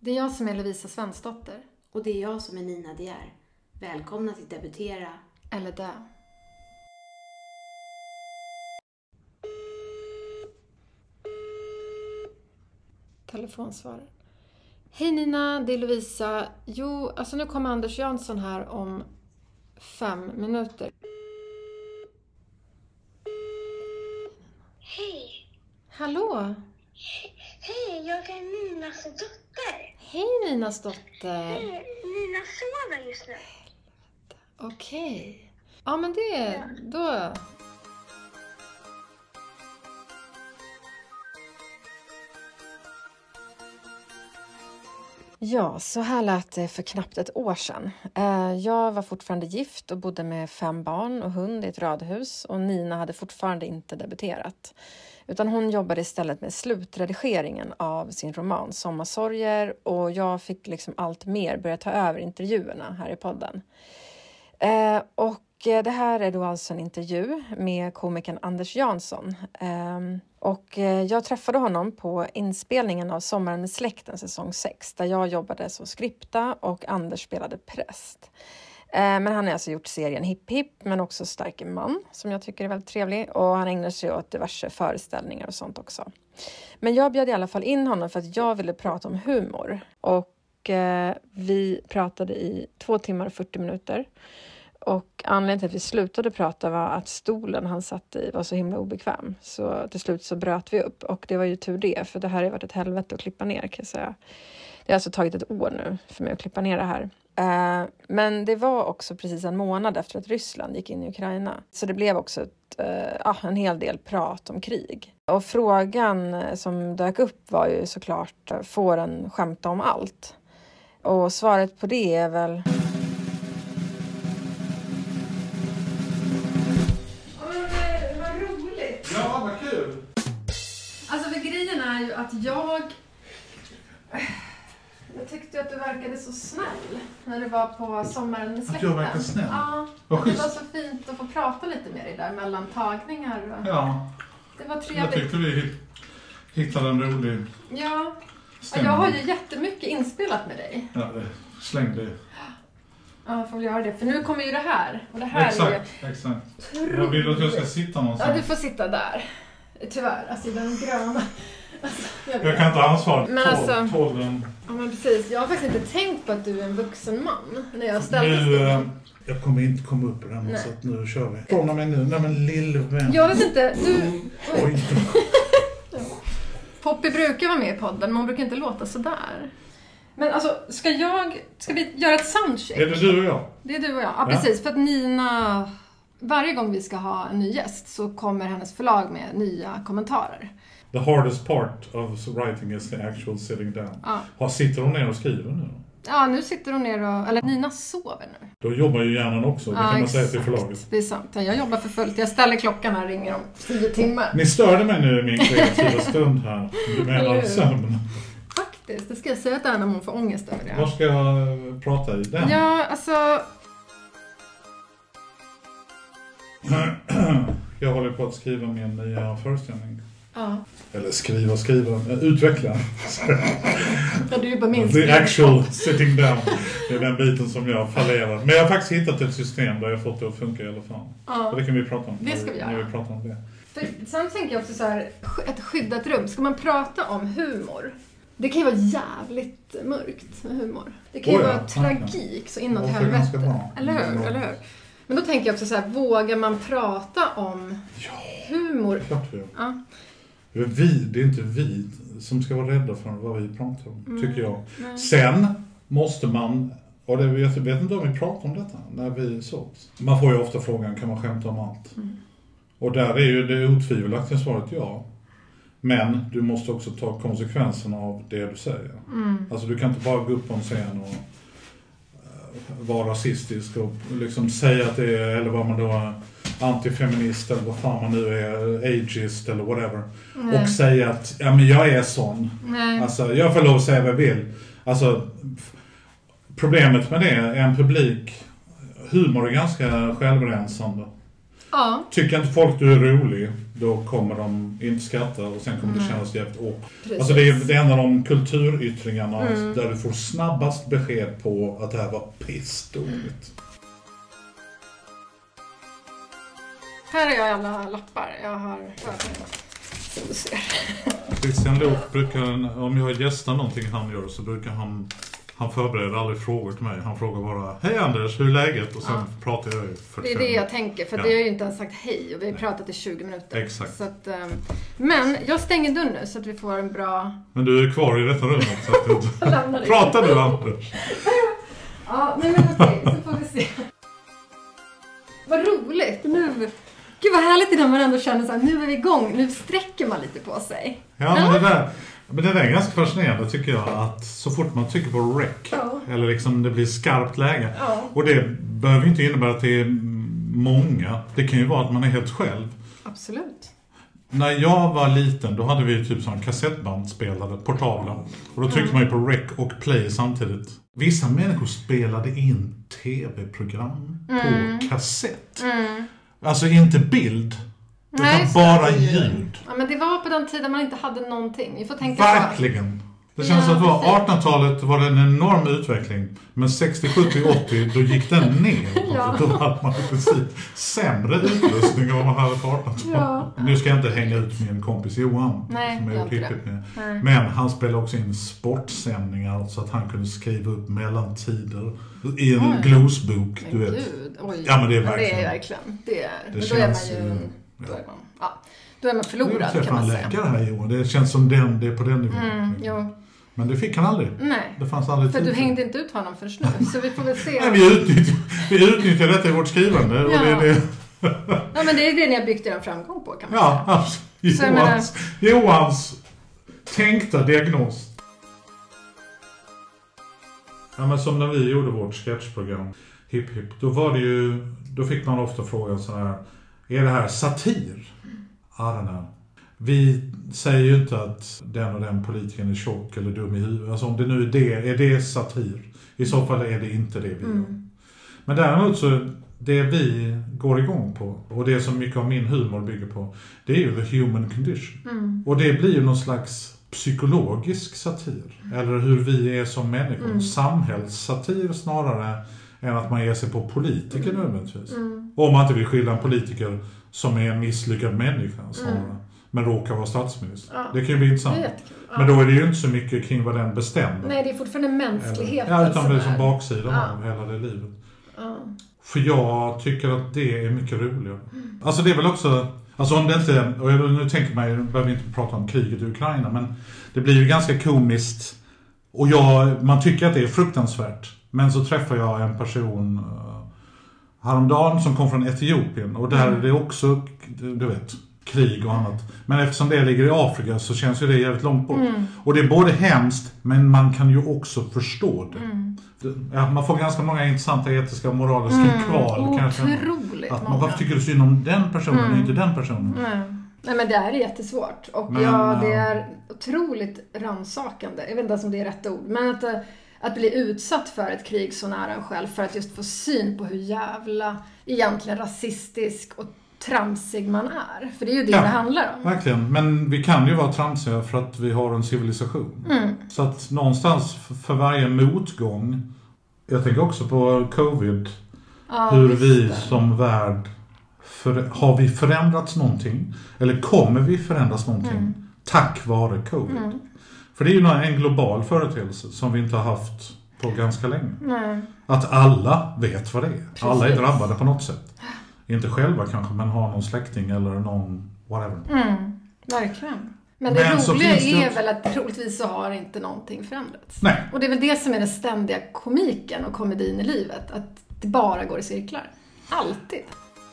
Det är jag som är Lovisa Svensdotter. Och det är jag som är Nina Dier. Välkomna till Debutera. Eller dö. Telefonsvarare. Hej Nina, det är Lovisa. Jo, alltså nu kommer Anders Jansson här om 5 minuter. Hej. Hallå? Hej, jag är Ninas dotter. Hej Ninas dotter. Hej, Nina sover just nu. Okej. Ja men det, då... Ja, så här lät det för knappt ett år sedan. Jag var fortfarande gift och bodde med 5 barn och hund i ett radhus. Och Nina hade fortfarande inte debuterat. Utan hon jobbade istället med slutredigeringen av sin roman Sommarsorger. Och jag fick liksom allt mer börja ta över intervjuerna här i podden. Och det här är då alltså en intervju med komikern Anders Jansson. Och jag träffade honom på inspelningen av Sommaren med släkten säsong 6. Där jag jobbade som skripta och Anders spelade präst. Men han har alltså gjort serien Hipp Hipp men också Starke man som jag tycker är väldigt trevlig. Och han ägnar sig åt diverse föreställningar och sånt också. Men jag bjöd i alla fall in honom för att jag ville prata om humor. Och vi pratade i 2 timmar och 40 minuter. Och anledningen till att vi slutade prata var att stolen han satt i var så himla obekväm. Så till slut så bröt vi upp. Och det var ju tur det. För det här har varit ett helvete att klippa ner kan jag säga. Det har alltså tagit ett år nu för mig att klippa ner det här. Men det var också precis en månad efter att Ryssland gick in i Ukraina. Så det blev också en hel del prat om krig. Och frågan som dök upp var ju såklart, får en skämta om allt? Och svaret på det är väl... Ja, vad kul! Alltså för grejen är ju att jag tyckte att du verkade så snäll när du var på Sommaren med släkten. Att jag verkar snäll? Ja, Vad det schysst. var så fint att få prata lite med dig där mellan tagningar. Och... Ja, Det var jag trevligt. tyckte vi hittade en rolig Ja, och stämning. jag har ju jättemycket inspelat med dig. Ja, det slängde. Ja, jag får väl göra det. För nu kommer ju det här. Och det här Exakt. Jag vill att jag ska sitta någonstans. Ja, du får sitta där. Tyvärr, alltså i den gröna. Alltså, Jag kan inte ha ansvar. Men alltså- 12. Ja, men precis. Jag har faktiskt inte tänkt på att du är en vuxen man när jag ställde Nu, jag kommer inte komma upp på den här, så att nu kör vi. Från mig nu, nej men lillvän. Jag vet inte, du... Oj. Poppy brukar vara med i podden, men hon brukar inte låta sådär. Men alltså, ska vi göra ett soundcheck? Är det du och jag? Det är du och jag. Ja, precis. För att Nina, varje gång vi ska ha en ny gäst så kommer hennes förlag med nya kommentarer. The hardest part of writing is the actual sitting down. Ja. Sitter hon ner och skriver nu? Ja, nu sitter hon ner och... Eller Nina sover nu. Då jobbar ju hjärnan också, det kan man säga till förlaget. Det är sant. Jag jobbar för fullt. Jag ställer klockan och ringer om 10 timmar. Ni störde mig nu i min kreativa stund här. Du menar sömn. Faktiskt, det ska jag säga att Anna hon får ångest över det. Vad ska jag prata i den? Ja, alltså... Jag håller på att skriva min nya föreställning. Ja. Eller skriva, utveckla. Ja, du är på min The actual sitting down. Det är den biten som jag fallerar. Men jag har faktiskt hittat ett system där jag har fått det att funka i alla fall. Ja. Och det kan vi prata om. Det ska vi göra. När vi pratar om det. För, sen tänker jag också så här, ett skyddat rum. Ska man prata om humor? Det kan ju vara jävligt mörkt med humor. Det kan ju vara tragik så inåt helvete. Eller hur? Eller hur? Men då tänker jag också så här, vågar man prata om humor? Klart vi gör. Ja. Det är inte vi som ska vara rädda för vad vi pratar om, tycker jag. Nej. Sen måste man, och jag vet inte om vi pratar om detta när vi sågs. Man får ju ofta frågan, kan man skämta om allt? Och där är ju det otvivelaktiga svaret ja. Men du måste också ta konsekvenserna av det du säger. Alltså du kan inte bara gå upp på en scen och vara rasistisk och liksom säga att det är, eller vad man då är, antifeminist eller vad fan man nu är, ageist eller whatever. Och säga att ja, men jag är sån. Alltså jag får lov att säga vad jag vill. Alltså problemet med det är en publik, humor är ganska självrensande. Ja. Tycker inte folk du är rolig, då kommer de inte skratta och sen kommer det kännas jävligt Alltså det handlar om kulturyttringarna där du får snabbast besked på att det här var pissdåligt. Här är jag alla lappar. Jag har... Så du ser. Christian Lok brukar, om jag gästar någonting han gör så brukar han förbereder aldrig frågor till mig. Han frågar bara, hej Anders, hur är läget? Och sen pratar jag för det är det jag tänker, för det har ju inte ens sagt hej och vi har pratat i 20 minuter. Exakt. Så att, men jag stänger dörren nu så att vi får en bra... Men du är kvar i detta rummet så att du pratar du Anders. Ja, nej men okej, så får vi se. Vad roligt, nu... Gud vad härligt idag man ändå känner så här, nu är vi igång, nu sträcker man lite på sig. Ja, men det där är ganska fascinerande tycker jag, att så fort man trycker på rec eller liksom det blir skarpt läge, och det behöver inte innebära att det är många, det kan ju vara att man är helt själv. Absolut. När jag var liten då hade vi typ sån kassettbandspelare, portabla, och då tryckte man ju på rec och play samtidigt. Vissa människor spelade in tv-program på kassett. Alltså inte bild, utan bara ljud. Ja, men det var på den tiden man inte hade någonting. Vi får tänka verkligen. Det känns att det var 1800-talet var det en enorm utveckling. Men 60, 70, 80 då gick den ner. Då hade man precis sämre utrustning än vad man hade på 1800-talet. Nu ska jag inte hänga ut min kompis Johan. Nej, som är pippigt med. Men han spelade också in sportsändningar så att han kunde skriva upp mellantider i en glosbok. Du vet. Gud, oj. Ja, men det är verkligen. Det är verkligen. Det är. Det men känns då är man ju... Då är man förlorad, kan man säga. Läkare här, Johan. Det känns som det är på den nivån. Jo. Men det fick han aldrig. Nej. Det fanns aldrig för tid. Du hängde inte ut honom först nu. Så vi får väl se. Nej, vi utnyttjar detta i vårt skrivande. Och det är det. Ja, men det är det ni har byggt er framgång på, kan man säga. Johans tänkta diagnos. Ja, men som när vi gjorde vårt sketchprogram Hipp Hipp, då fick man ofta frågan så här: är det här satir? Vi säger ju inte att den och den politikern är tjock eller dum i huvudet. Alltså om det nu är det satir. I så fall är det inte det vi gör. Men däremot så det vi går igång på, och det som mycket av min humor bygger på, det är ju the human condition. Och det blir ju någon slags psykologisk satir. Eller hur vi är som människor. Samhällssatir snarare än att man ger sig på politiker nödvändigtvis. Om man inte vill skilja en politiker som är en misslyckad människa snarare. Men råkar vara statsminister. Ja. Det kan ju bli intressant. Men då är det ju inte så mycket kring vad den bestämmer. Nej, det är fortfarande mänskligheten. Ja, utan det är som baksidan av hela det livet. För jag tycker att det är mycket roligare. Alltså det är väl också... Alltså om det inte... Och nu tänker man ju... behöver inte prata om kriget i Ukraina. Men det blir ju ganska komiskt. Och man tycker att det är fruktansvärt. Men så träffar jag en person häromdagen som kom från Etiopien. Och där är det också, du vet, krig och annat. Men eftersom det ligger i Afrika så känns ju det jävligt långt bort. Och det är både hemskt, men man kan ju också förstå det. Ja, man får ganska många intressanta etiska och moraliska kval. Otroligt att varför tycker du synd om den personen och inte den personen? Nej, men det här är jättesvårt. Och det är otroligt rannsakande. Jag vet inte ens om det är rätt ord. Men att bli utsatt för ett krig så nära en själv, för att just få syn på hur jävla egentligen rasistisk och tramsig man är. För det är ju det handlar om. Verkligen, men vi kan ju vara tramsiga för att vi har en civilisation. Så att någonstans för varje motgång, jag tänker också på covid, hur vi som värld, har vi förändrats någonting? Eller kommer vi förändras någonting tack vare covid? För det är ju en global företeelse som vi inte har haft på ganska länge. Att alla vet vad det är. Precis. Alla är drabbade på något sätt. Inte själva kanske, men har någon släkting eller någon whatever. Verkligen. Men det roliga är väl att troligtvis så har inte någonting förändrats. Nej. Och det är väl det som är den ständiga komiken och komedin i livet. Att det bara går i cirklar. Alltid.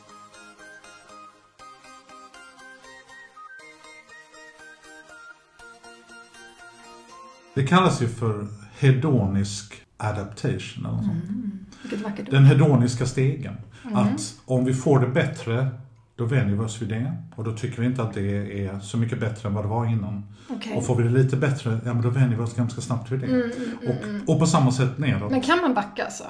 Det kallas ju för hedonisk adaptation eller sånt. Vilket vackert ord. Den hedoniska stegen. Att om vi får det bättre, då vänjer vi oss vid det. Och då tycker vi inte att det är så mycket bättre än vad det var innan. Okay. Och får vi det lite bättre, ja men då vänjer vi oss ganska snabbt vid det. Och på samma sätt neråt. Men kan man backa så?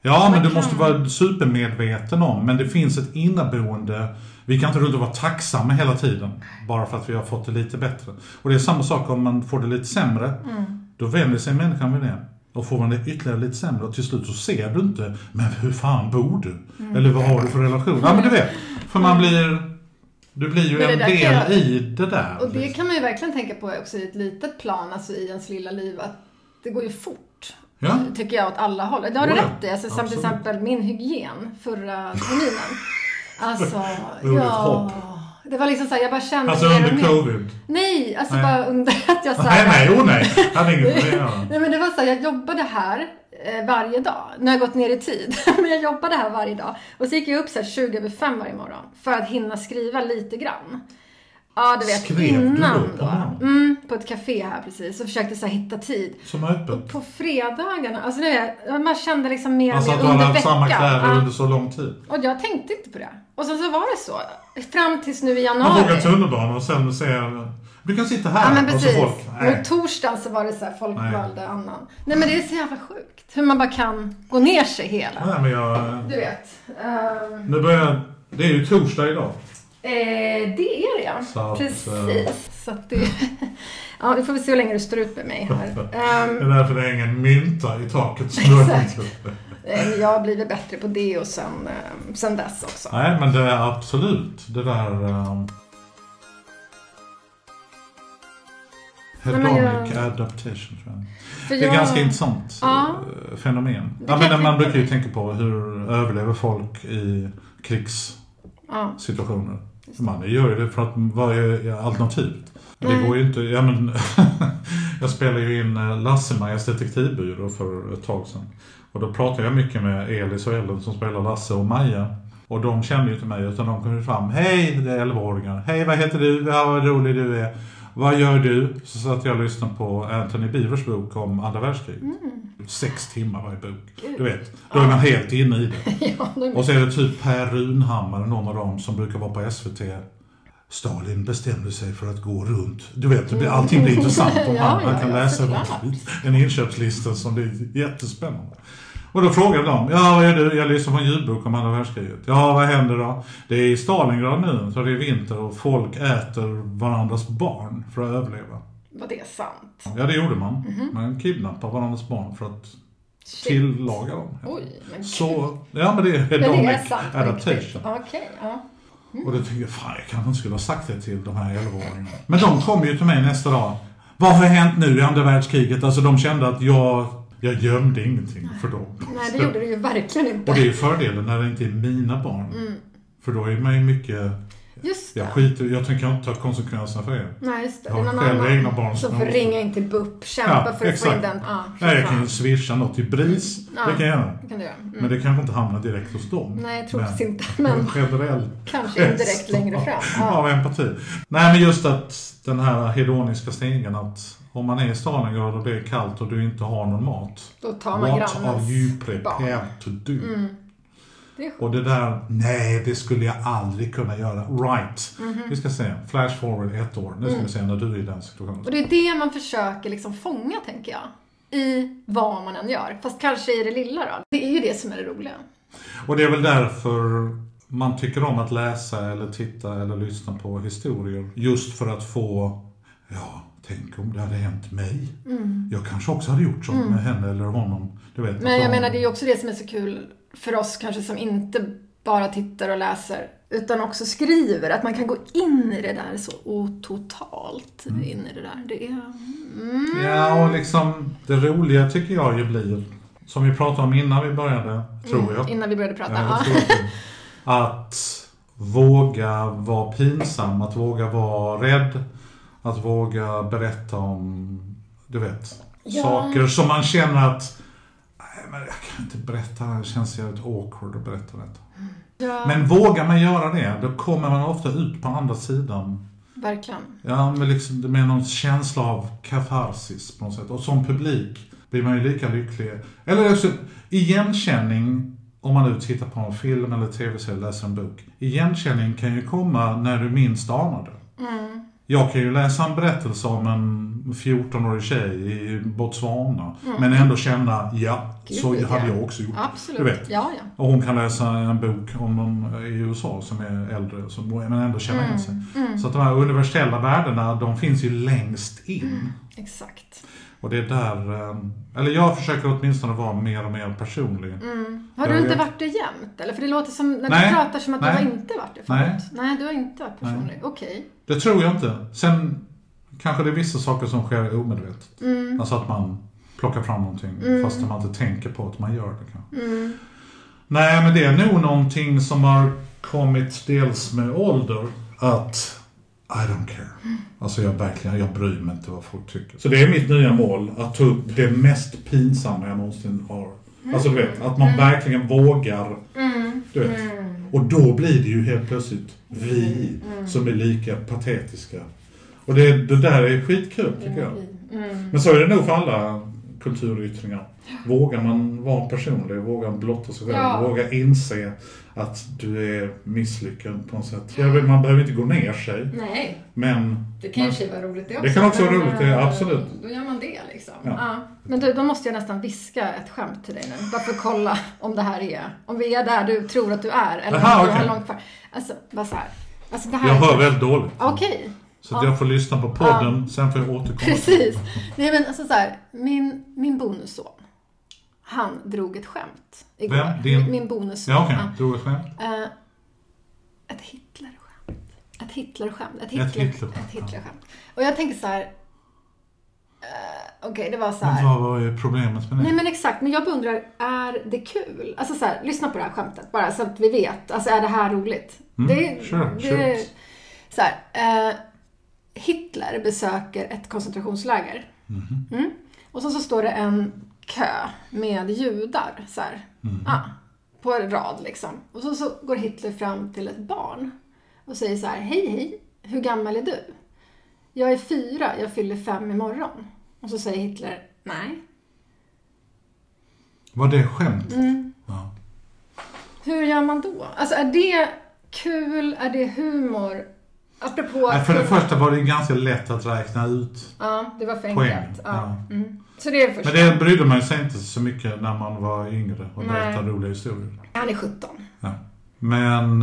Ja, men du måste vara supermedveten om. Men det finns ett inneboende. Vi kan inte runt och vara tacksamma hela tiden. Bara för att vi har fått det lite bättre. Och det är samma sak om man får det lite sämre. Då vänder sig människan vid det. Och får man det ytterligare lite sämre. Och till slut så ser du inte. Men hur fan bor du? Eller vad har du för relation? Ja, men du vet. För man blir... Du blir ju en del i det där. Och det kan man ju verkligen tänka på också i ett litet plan. Alltså i ens lilla liv. Att det går ju fort. Ja. Tycker jag åt alla håll. Det har du rätt i. Alltså, som till exempel min hygien förra terminen. Alltså, ja... Det var liksom så här, jag bara kände... Alltså under covid? Nej, alltså bara under att jag sa... Nej. Hade inget med det. Nej, men det var så här, jag jobbade här varje dag. Nu har jag gått ner i tid. Men jag jobbade här varje dag. Och så gick jag upp så här 20:05 varje morgon. För att hinna skriva lite grann. Ja, du vet, skrev innan du då? På ett café här precis. Så försökte så här hitta tid. Som öppet? Och på fredagarna, alltså man kände liksom mer alltså och mer under under veckan. Alltså att du har haft samma kläder under så lång tid? Och jag tänkte inte på det. Och sen så var det så. Fram tills nu i januari. Man vågar tunnelbanan och sen säger... Du kan sitta här. Ja, men precis. Och torsdagen så var det så här, folk valde annan. Nej, men det är så jävla sjukt. Hur man bara kan gå ner sig hela. Nej, men jag... Du vet. Nu börjar... Det är ju torsdag idag. Det är det, ja. Så precis. Så att det... Ja, vi får väl se hur länge du står ut med mig här. Det är därför det hänger en mynta i taket. Exakt. Jag har blivit bättre på det och sen dess också. Nej, men det är absolut det där... Hedonic adaptation, tror jag. Det är ganska intressant fenomen. Men man brukar ju tänka på hur överlever folk i krigssituationer. Man gör ju det för att vad är alternativet? Det går ju inte... Ja, men jag spelar ju in Lasse-Majas detektivbyrå för ett tag sedan. Och då pratade jag mycket med Elis och Ellen som spelar Lasse och Maja. Och de kände ju inte mig utan de kom fram. Hej, det är 11-åringar. Hej, vad heter du? Vad rolig du är. Vad gör du? Så satt jag och lyssnade på Anthony Beevers bok om andra världskriget. 6 timmar varje bok. Du vet, då är man helt inne i det. Och så är det typ Per Runhammar, någon av dem som brukar vara på SVT. Stalin bestämde sig för att gå runt. Du vet, allting blir intressant om han kan läsa en inköpslista som blir jättespännande. Och då frågade de, vad är det? Jag lyssnar på en ljudbok om andra världskriget. Ja, vad händer då? Det är i Stalingrad nu, så det är vinter och folk äter varandras barn för att överleva. Var det sant? Ja, det gjorde man. Man kidnappar varandras barn för att tillaga dem. Oj, men så, ja, men det är hedonic adaptation. Okej, ja. Och då tycker jag, fan, jag kanske inte skulle ha sagt det till de här 11-åringarna. Men de kom ju till mig nästa dag. Vad har hänt nu i andra världskriget? Alltså de kände att jag gömde ingenting för dem. Nej, det gjorde du ju verkligen inte. Och det är ju fördelen när det inte är mina barn. För då är man ju mycket... Just det. Jag tänker inte ta konsekvenserna för er. Nej, just det. Jag har själv egna barn som får ringa in till BUP, kämpa för att få in den. Nej, jag kan ju swisha något till BRIS. Det kan jag göra. Det kan du göra. Men det kanske inte hamnar direkt hos dem. Nej, jag tror inte. Men kanske indirekt längre fram. Av empati. Nej, men just att den här hedoniska stegen, att om man är i Stalingrad och det är kallt och du inte har någon mat. Då tar man grannens What are you prepared to do? Och det där, nej, det skulle jag aldrig kunna göra. Right. Vi ska se, flash forward 1 år. Nu ska vi se när du är i den situationen. Och det är det man försöker liksom fånga, tänker jag. I vad man än gör. Fast kanske i det lilla då. Det är ju det som är det roliga. Och det är väl därför man tycker om att läsa eller titta eller lyssna på historier. Just för att få, tänk om det hade hänt mig. Jag kanske också hade gjort så med henne eller honom. Du vet, men jag menar, det är ju också det som är så kul för oss kanske som inte bara tittar och läser utan också skriver. Att man kan gå in i det där så totalt in i det där. Det är... Ja, och liksom det roliga tycker jag ju blir, som vi pratade om innan vi började, tror jag. Innan vi började prata. Att våga vara pinsam, att våga vara rädd, att våga berätta om, du vet, saker som man känner att men jag kan inte berätta, det känns jävligt awkward att berätta detta. Ja. Men vågar man göra det, då kommer man ofta ut på andra sidan. Verkligen. Ja, men liksom med någon känsla av katarsis på något sätt. Och som publik blir man ju lika lycklig. Eller också igenkänning, om man nu tittar på en film eller tv-serie eller läser en bok. Igenkänning kan ju komma när du minst anar det. Jag kan ju läsa en berättelse om en 14-årig tjej i Botswana. Men ändå känna, så hade jag också gjort. Absolut. Du vet. Ja. Och hon kan läsa en bok om någon i USA som är äldre. Men ändå känna igen sig. Så att de här universella värdena, de finns ju längst in. Exakt. Och det är där, eller jag försöker åtminstone vara mer och mer personlig. Har du inte varit det jämt? Eller? För det låter som, när du pratar som att du har inte varit det förut. Nej, du har inte varit personlig. Okej. Det tror jag inte. Sen kanske det är vissa saker som sker omedvetet. Alltså att man plockar fram någonting fast man inte tänker på att man gör det. Nej, men det är nog någonting som har kommit dels med ålder att I don't care. Alltså jag bryr mig inte vad folk tycker. Så det är mitt nya mål, att ta upp det mest pinsamma jag någonsin har. Alltså du vet, att man verkligen vågar. Du vet. Och då blir det ju helt plötsligt vi som är lika patetiska. Och det där är skitkul tycker jag. Men så är det nog för alla kulturyttringar. Vågar man vara personlig, vågar blotta sig själv, vågar inse att du är misslyckad på något sätt. Man behöver inte gå ner sig. Nej. Men det kan ju vara roligt det också. Det kan också vara roligt, det, absolut. Då gör man det liksom. Ja. Men då måste jag nästan viska ett skämt till dig nu. Bara för att kolla om det här är, om vi är där du tror att du är. Eller om du har långt kvar. Alltså, bara så här. Alltså, det här jag hör väldigt dåligt. Okej. Så att jag får lyssna på podden, sen får jag återkomma. Precis. Nej men alltså så här, min bonusson, han drog ett skämt igår. Vem? Min bonusson. Ja, okej. Drog ett skämt? Ett Hitlerskämt. Ett Hitlerskämt. Och jag tänker så här, okej, det var så här. Men vad är problemet med det? Nej men exakt, men jag undrar, är det kul? Alltså så här, lyssna på det här skämtet, bara så att vi vet. Alltså är det här roligt? Sure. Så här, Hitler besöker ett koncentrationsläger. Och så står det en kö med judar så här, på en rad liksom. Och så går Hitler fram till ett barn och säger så här: hej, hur gammal är du? Jag är 4, jag fyller 5 imorgon. Och så säger Hitler, nej. Var det skämt? Ja. Hur gör man då? Alltså är det kul? Är det humor? Apropå... Nej, för det första var det ganska lätt att räkna ut. Ja, det var för poäng. enkelt. Ja. Så det är första. Men det brydde man sig inte så mycket när man var yngre och berättade roliga historier. Han är 17. Ja. Men,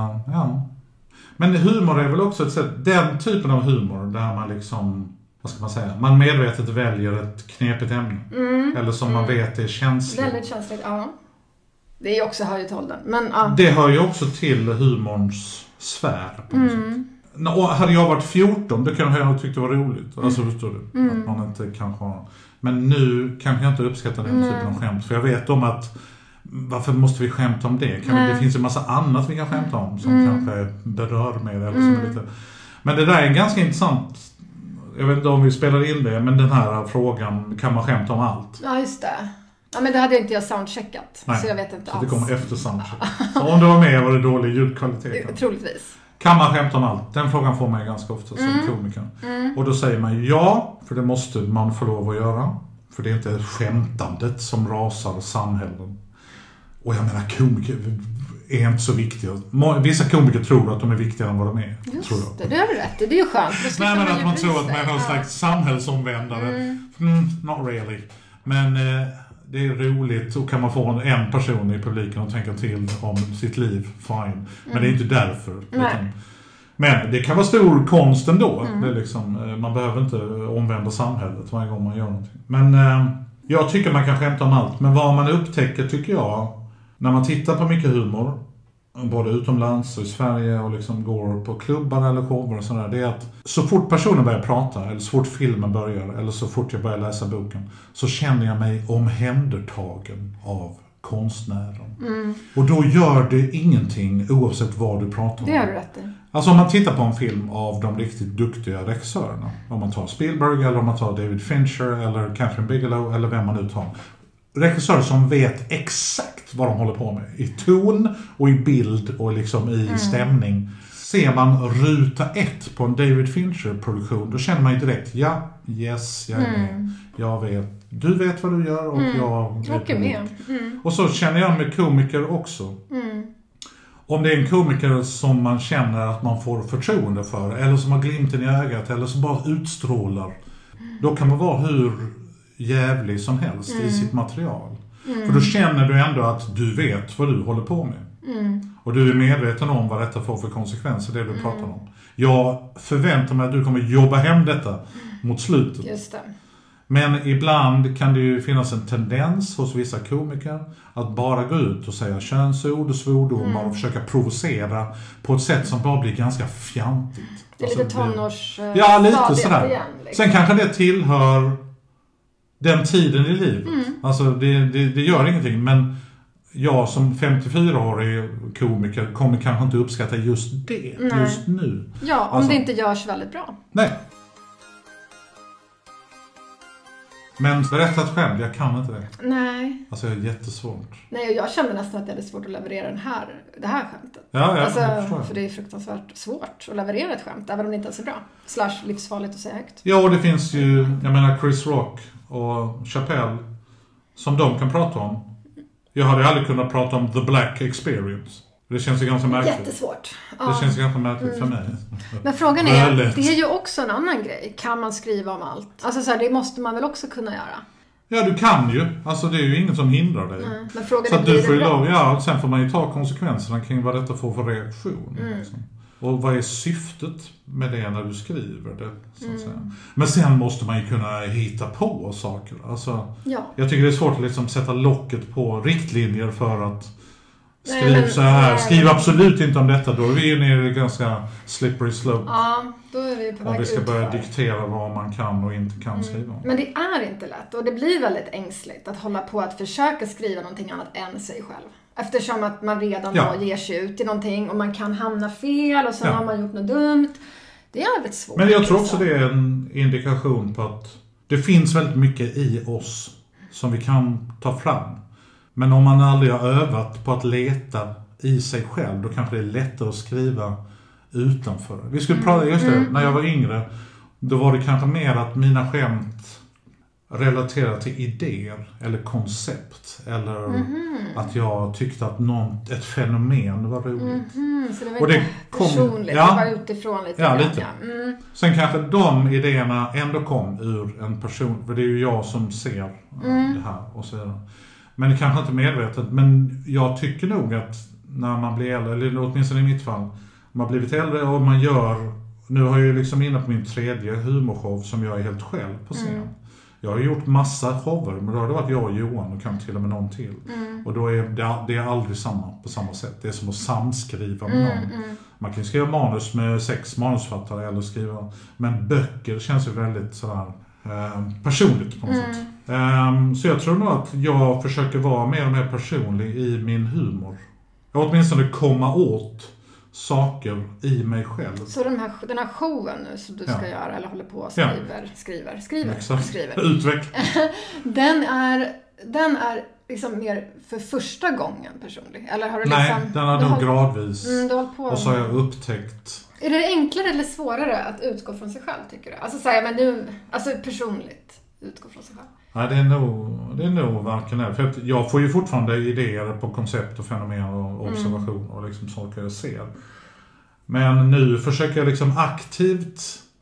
Men humor är väl också ett sätt, den typen av humor där man liksom, vad ska man säga, man medvetet väljer ett knepigt ämne. Eller som man vet är känsligt. Väldigt känsligt, ja. Det är också höjt åldern. Men, det hör ju också till humorns sfär på något sätt. Och hade jag varit 14, då kan jag tycka det var roligt. Alltså förstår du? Att man inte kanske har... Men nu kan jag inte uppskatta den typen av skämt. För jag vet om att varför måste vi skämta om det? Det finns en massa annat vi kan skämta om som kanske berör mer eller som är lite... Men det där är ganska intressant. Jag vet inte om vi spelar in det, men den här frågan, kan man skämta om allt? Ja, just det. Ja, men det hade inte jag soundcheckat. Nej, så jag vet inte så alls. Det kommer efter soundcheck. Så om du var med var det dålig ljudkvalitet. Troligtvis. Kan man skämta om allt? Den frågan får man ganska ofta som komiker. Och då säger man ja, för det måste man få lov att göra. För det är inte skämtandet som rasar samhällen. Och jag menar, komiker är inte så viktiga. Vissa komiker tror att de är viktigare än vad de är. Just tror jag. Det har du rätt. Det är ju skönt. Nej, men att man tror att man är någon slags samhällsomvändare. Not really. Men det är roligt, och kan man få en person i publiken och tänka till om sitt liv, fine. Men det är inte därför. Men det kan vara stor konst ändå. Det är liksom, man behöver inte omvända samhället varje gång man gör någonting. Men jag tycker man kan skämta om allt. Men vad man upptäcker, tycker jag, när man tittar på mycket humor, både utomlands och i Sverige och liksom går på klubbar eller shower och sådär, det är att så fort personen börjar prata, eller så fort filmen börjar, eller så fort jag börjar läsa boken, så känner jag mig omhändertagen av konstnären. Och då gör det ingenting oavsett vad du pratar om. Det har du rätt i. Alltså om man tittar på en film av de riktigt duktiga regissörerna, om man tar Spielberg eller om man tar David Fincher eller Catherine Bigelow eller vem man nu tar. Regissörer som vet exakt vad de håller på med. I ton och i bild och liksom i stämning. Ser man ruta 1 på en David Fincher-produktion, då känner man ju direkt, jag är med. Jag vet, du vet vad du gör och jag vet med. Och så känner jag med komiker också. Om det är en komiker som man känner att man får förtroende för, eller som har glimten i ögat, eller som bara utstrålar, då kan man vara hur jävlig som helst i sitt material. För då känner du ändå att du vet vad du håller på med. Och du är medveten om vad detta får för konsekvenser, det du pratar om. Jag förväntar mig att du kommer jobba hem detta mot slutet. Just det. Men ibland kan det ju finnas en tendens hos vissa komiker att bara gå ut och säga könsord och svordomar och försöka provocera på ett sätt som bara blir ganska fjantigt. Det är lite tonårs... Ja, lite sådär. Igen, liksom. Sen kanske det tillhör den tiden i livet. Alltså det gör ingenting, men jag som 54-årig komiker kommer kanske inte uppskatta just det just nu. Ja, om det inte görs väldigt bra. Nej. Men berättat själv, jag kan inte det. Nej. Alltså jag är jättesvårt. Nej, och jag kände nästan att jag hade svårt att leverera det här skämtet. Ja, alltså, jag för det är fruktansvärt svårt att leverera ett skämt, även om det inte är så bra. / livsfarligt att säga högt. Ja, och det finns ju, jag menar Chris Rock och Chappelle som de kan prata om. Jag hade aldrig kunnat prata om The Black Experience. Det känns ju ganska märkligt. Jättesvårt. Ja. Det känns ganska märkligt för mig. Men frågan är, det är ju också en annan grej. Kan man skriva om allt? Alltså så här, det måste man väl också kunna göra? Ja, du kan ju. Alltså det är ju ingen som hindrar dig. Men frågan så är, att du får ju lov, ja, sen får man ju ta konsekvenserna kring vad detta får för reaktion. Liksom. Och vad är syftet med det när du skriver det, så att säga. Men sen måste man ju kunna hitta på saker. Alltså, jag tycker det är svårt att liksom sätta locket på riktlinjer för att skriv så här. Skriv absolut inte om detta. Då är vi ju nere i ganska slippery slope. Ja, då är vi på väg. Om vi ska börja diktera vad man kan och inte kan skriva om. Men det är inte lätt. Och det blir väldigt ängsligt att hålla på att försöka skriva någonting annat än sig själv. Eftersom att man redan då ger sig ut i någonting och man kan hamna fel och sen har man gjort något dumt. Det är väldigt svårt. Men jag tror också det är en indikation på att det finns väldigt mycket i oss som vi kan ta fram. Men om man aldrig har övat på att leta i sig själv, då kanske det är lättare att skriva utanför. Vi skulle prata just det, när jag var yngre, då var det kanske mer att mina skämt relaterar till idéer eller koncept, eller att jag tyckte att ett fenomen var roligt. Så det var inte personligt, det var utifrån lite. Ja, lite. Sen kanske de idéerna ändå kom ur en person, för det är ju jag som ser det här och så vidare. Men det kanske inte medvetet, men jag tycker nog att när man blir äldre, eller åtminstone i mitt fall, man har blivit äldre och man gör, nu har jag ju liksom inne på min 3:e humorshow som jag är helt själv på scen. Jag har gjort massa shower, men då har det varit jag och Johan och kanske till och med någon till. Och då är det aldrig på samma sätt. Det är som att samskriva med någon. Man kan skriva manus med 6 manusfattare eller skriva, men böcker känns ju väldigt sådär personligt på något sätt. Så jag tror nog att jag försöker vara mer och mer personlig i min humor. Jag åtminstone komma åt saker i mig själv. Så den här showen nu som du ska göra, eller håller på och skriver. Utveckla. den är liksom mer för första gången personlig? Eller har du Nej, liksom, den har nog gradvis. Du hållit på och så har jag upptäckt. Är det enklare eller svårare att utgå från sig själv, tycker du? Alltså säga, men nu, alltså personligt utgå från sig själv. Nej, det är nog varken är. För att jag får ju fortfarande idéer på koncept och fenomen och observation och liksom saker jag ser. Men nu försöker jag liksom aktivt,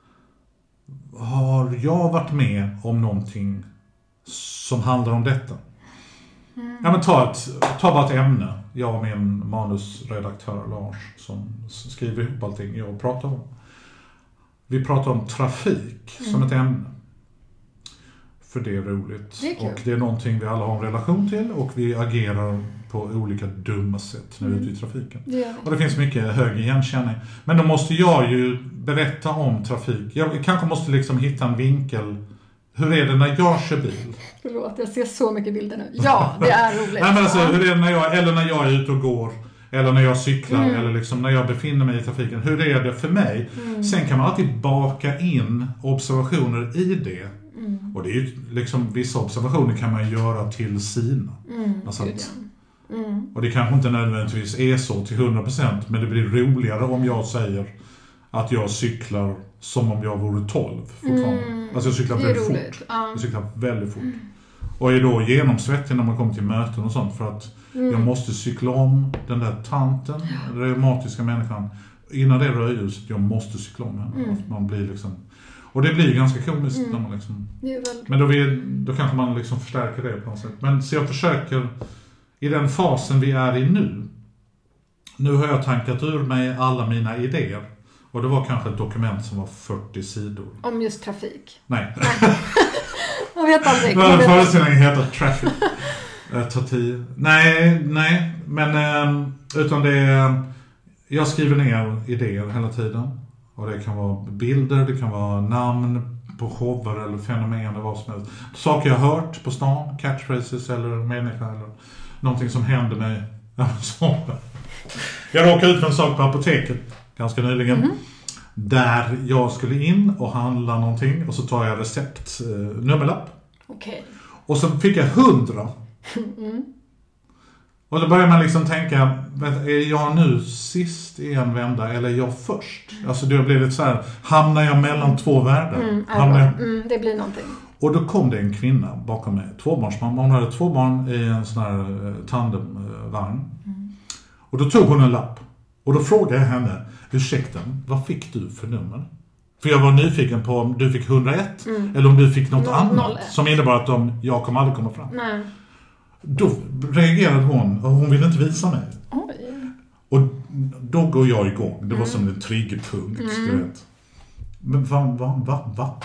har jag varit med om någonting som handlar om detta? Ja, men ta bara ett ämne. Jag och min manusredaktör Lars som skriver ihop allting jag pratar om. Vi pratar om trafik som ett ämne. För det är roligt. Det är kul. Och det är någonting vi alla har en relation till och vi agerar på olika dumma sätt när vi är ute i trafiken. Och det finns mycket hög igenkänning. Men då måste jag ju berätta om trafik. Jag kanske måste liksom hitta en vinkel. Hur är det när jag kör bil? Förlåt, jag ser så mycket bilder nu. Ja, det är roligt. Nej, men alltså, hur är det när jag är ute och går? Eller när jag cyklar, eller liksom när jag befinner mig i trafiken. Hur är det för mig? Sen kan man alltid baka in observationer i det. Och det är ju liksom, vissa observationer kan man göra till sina. Alltså och det kanske inte nödvändigtvis är så till 100%, men det blir roligare om jag säger att jag cyklar som om jag vore 12 fortfarande. Alltså jag cyklar väldigt fort. Jag cyklar väldigt fort. Och är då genomsvettig när man kommer till möten och sånt. För att jag måste cykla om den där tanten, den reumatiska människan. Innan det rödljuset, jag måste cykla om henne. Man blir liksom... Och det blir ganska komiskt när man liksom... Men då kanske man liksom förstärker det på något sätt. Men så jag försöker, i den fasen vi är i nu. Nu har jag tankat ur mig alla mina idéer. Och det var kanske ett dokument som var 40 sidor. Om just trafik? Nej. Jag vet aldrig. Den föreställningen heter Traffic. Ta 10. Nej. Men utan det är... Jag skriver ner idéer hela tiden. Och det kan vara bilder, det kan vara namn på shower eller fenomen eller vad som helst. Saker jag har hört på stan, catchphrases eller människa eller någonting som händer mig. Jag råkade ut för en sak på apoteket ganska nyligen. Där jag skulle in och handla någonting och så tar jag recept, nummerlapp. Okej. Och så fick jag 100. Och då börjar man liksom tänka, är jag nu sist i en vända eller är jag först? Alltså det blir lite så här, hamnar jag mellan två världar? Det blir någonting. Och då kom det en kvinna bakom mig, tvåbarnsmamma. Hon hade 2 barn i en sån här tandemvagn. Och då tog hon en lapp. Och då frågade jag henne, ursäkta, vad fick du för nummer? För jag var nyfiken på om du fick 101 eller om du fick något annat. Som innebar att jag kommer aldrig komma fram. Nej. Då reagerade hon och hon ville inte visa mig. Oj. Och då går jag igång. Det var som en triggerpunkt, du vet. Men va?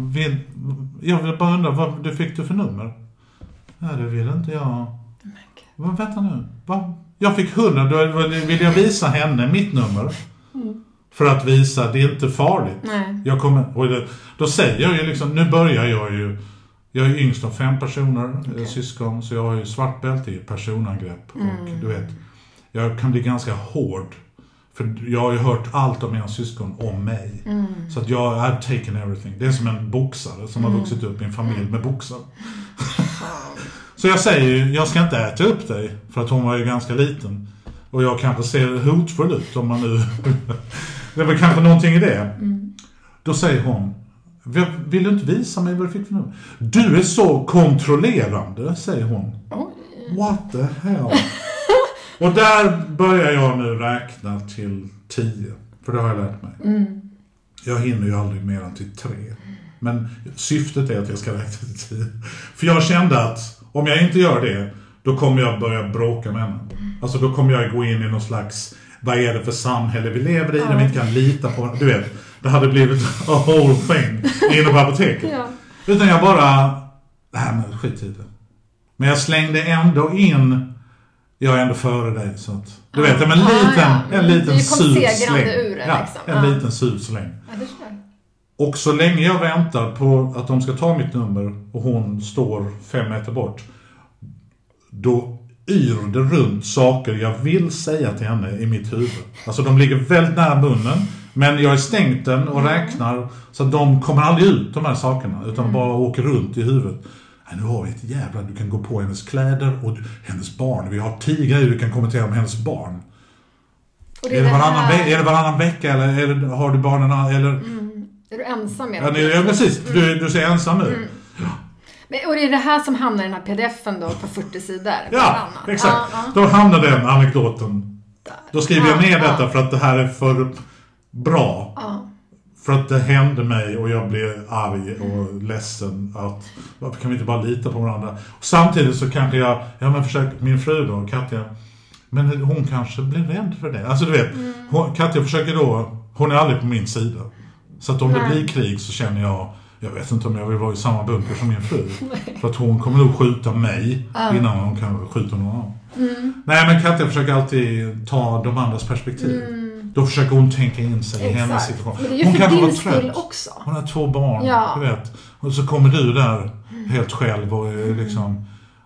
Jag vill bara undra, vad du fick du för nummer? Nej, det vill inte jag. Vad vänta nu? Jag fick 100, då vill jag visa henne mitt nummer. För att visa, det är inte farligt. Nej. Då säger jag ju liksom, nu börjar jag är yngst av 5 personer, syskon, så jag har ju svart bälte i personangrepp. Och du vet, jag kan bli ganska hård. För jag har ju hört allt om mina syskon om mig. Så att jag har taken everything. Det är som en boxare som har vuxit upp i en familj med boxare. Så jag säger ju, jag ska inte äta upp dig. För att hon var ju ganska liten. Och jag kanske ser hotfull ut om man nu... Det var kanske någonting i det. Då säger hon, vill du inte visa mig vad du fick för nummer? Du är så kontrollerande, säger hon. What the hell? Och där börjar jag nu räkna till 10. För det har jag lärt mig. Jag hinner ju aldrig mer än till 3. Men syftet är att jag ska räkna till 10. För jag kände att om jag inte gör det, då kommer jag börja bråka med henne. Alltså då kommer jag gå in i någon slags, vad är det för samhälle vi lever i, när vi inte kan lita på, du vet. Det hade blivit a whole thing inne på apoteket. Utan jag bara, men skit i det. Men jag slängde ändå in, jag är ändå före dig, så att, du vet, men en liten sur släng. En liten sur släng. Och så länge jag väntar på att de ska ta mitt nummer och hon står 5 meter bort, då yr det runt saker jag vill säga till henne i mitt huvud. Alltså de ligger väldigt nära munnen, men jag har stängt den och räknar så att de kommer aldrig ut, de här sakerna, utan bara åker runt i huvudet. Nu har vi ett jävla, du kan gå på hennes kläder och hennes barn. Vi har 10 grejer du kan kommentera om hennes barn. Är det varannan vecka eller har du barnen eller... Är du ensam med? Ja, precis. Du ser ensam nu. Men, och det är det här som hamnar i den här pdf-en då på 40 sidor? Ja, exakt. Då hamnar den anekdoten. Då skriver jag ner detta för att det här är för bra. För att det hände mig och jag blev arg och ledsen. Att, varför kan vi inte bara lita på varandra? Och samtidigt så kanske min fru då, Katja, men hon kanske blir rädd för det. Alltså du vet, Katja försöker då, hon är aldrig på min sida. Så att om det blir krig så känner jag vet inte om jag vill vara i samma bunker som min fru. För att hon kommer nog skjuta mig innan hon kan skjuta någon annan. Nej, men Katja försöker alltid ta de andras perspektiv. Då försöker hon tänka in sig i hennes situation. Men det är ju för din skull också. Hon har 2 barn, du vet. Och så kommer du där helt själv och är liksom...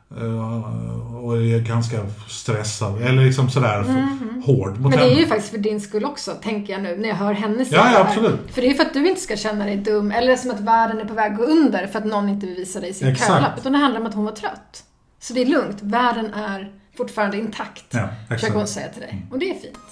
och är ganska stressad. Eller liksom sådär hård mot henne. Men det är ju faktiskt för din skull också, tänker jag nu, när jag hör hennes sida. Ja, absolut. För det är ju för att du inte ska känna dig dum. Eller som att världen är på väg att gå under för att någon inte vill visa dig sin kölapp. Utan det handlar om att hon var trött. Så det är lugnt. Världen är fortfarande intakt. Ja, försöker hon säga till dig. Och det är fint.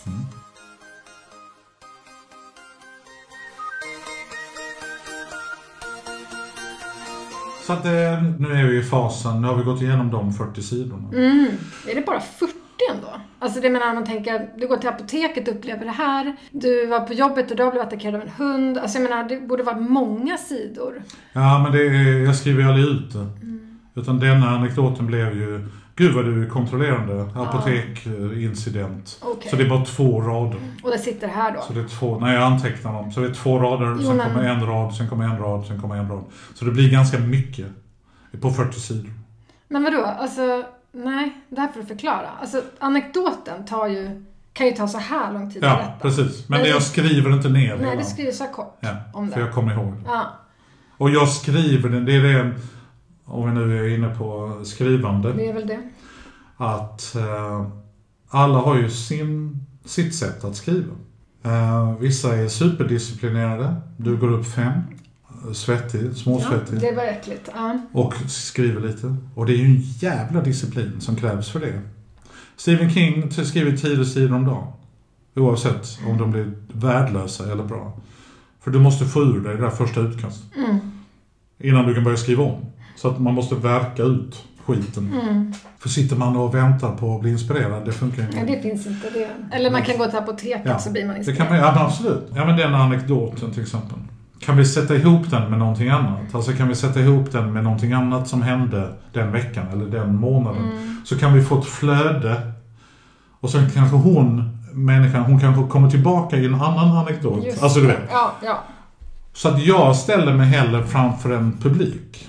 Så att nu är vi i fasen, nu har vi gått igenom de 40 sidorna. Är det bara 40 ändå? Alltså det menar man tänker, du går till apoteket och upplever det här. Du var på jobbet och då blev attackerad av en hund. Alltså jag menar, det borde vara många sidor. Ja, men jag skriver ju aldrig ut det. Utan denna anekdoten blev ju, gud vad du är kontrollerande, apotekincident. Okay. Så det är bara 2 rader. Och det sitter här då? Så det är 2, när jag antecknar dem. Så det är 2 rader, sen kommer en rad, sen kommer en rad, sen kommer en rad. Så det blir ganska mycket på 40 sidor. Men vadå? Alltså, nej, det här får du förklara. Alltså, anekdoten kan ju ta så här lång tid att berätta. Ja, precis. Men jag skriver inte ner det. Nej, du skriver så kort om det. För jag kommer ihåg. Ja. Och jag skriver det är det, om vi nu är inne på skrivande. Det är väl det. Att alla har ju sitt sätt att skriva. Vissa är superdisciplinerade. Du går upp 5. Småsvettig. Ja, det var äckligt. Ja. Och skriver lite. Och det är ju en jävla disciplin som krävs för det. Stephen King skriver 10 sidor om dagen. Oavsett om de blir värdelösa eller bra. För du måste få ur dig det där första utkastet. Innan du kan börja skriva om. Så att man måste verka ut skiten. För sitter man och väntar på att bli inspirerad, det funkar inte. Nej, det finns inte det. Eller man kan gå till apoteket så blir man inspirerad. Det kan man, ja, absolut. Ja, men den anekdoten till exempel. Kan vi sätta ihop den med någonting annat? Alltså kan vi sätta ihop den med någonting annat som hände den veckan eller den månaden? Så kan vi få ett flöde. Och sen kanske hon kanske kommer tillbaka i en annan anekdot. Just alltså du vet. Ja. Så att jag ställer mig hellre framför en publik.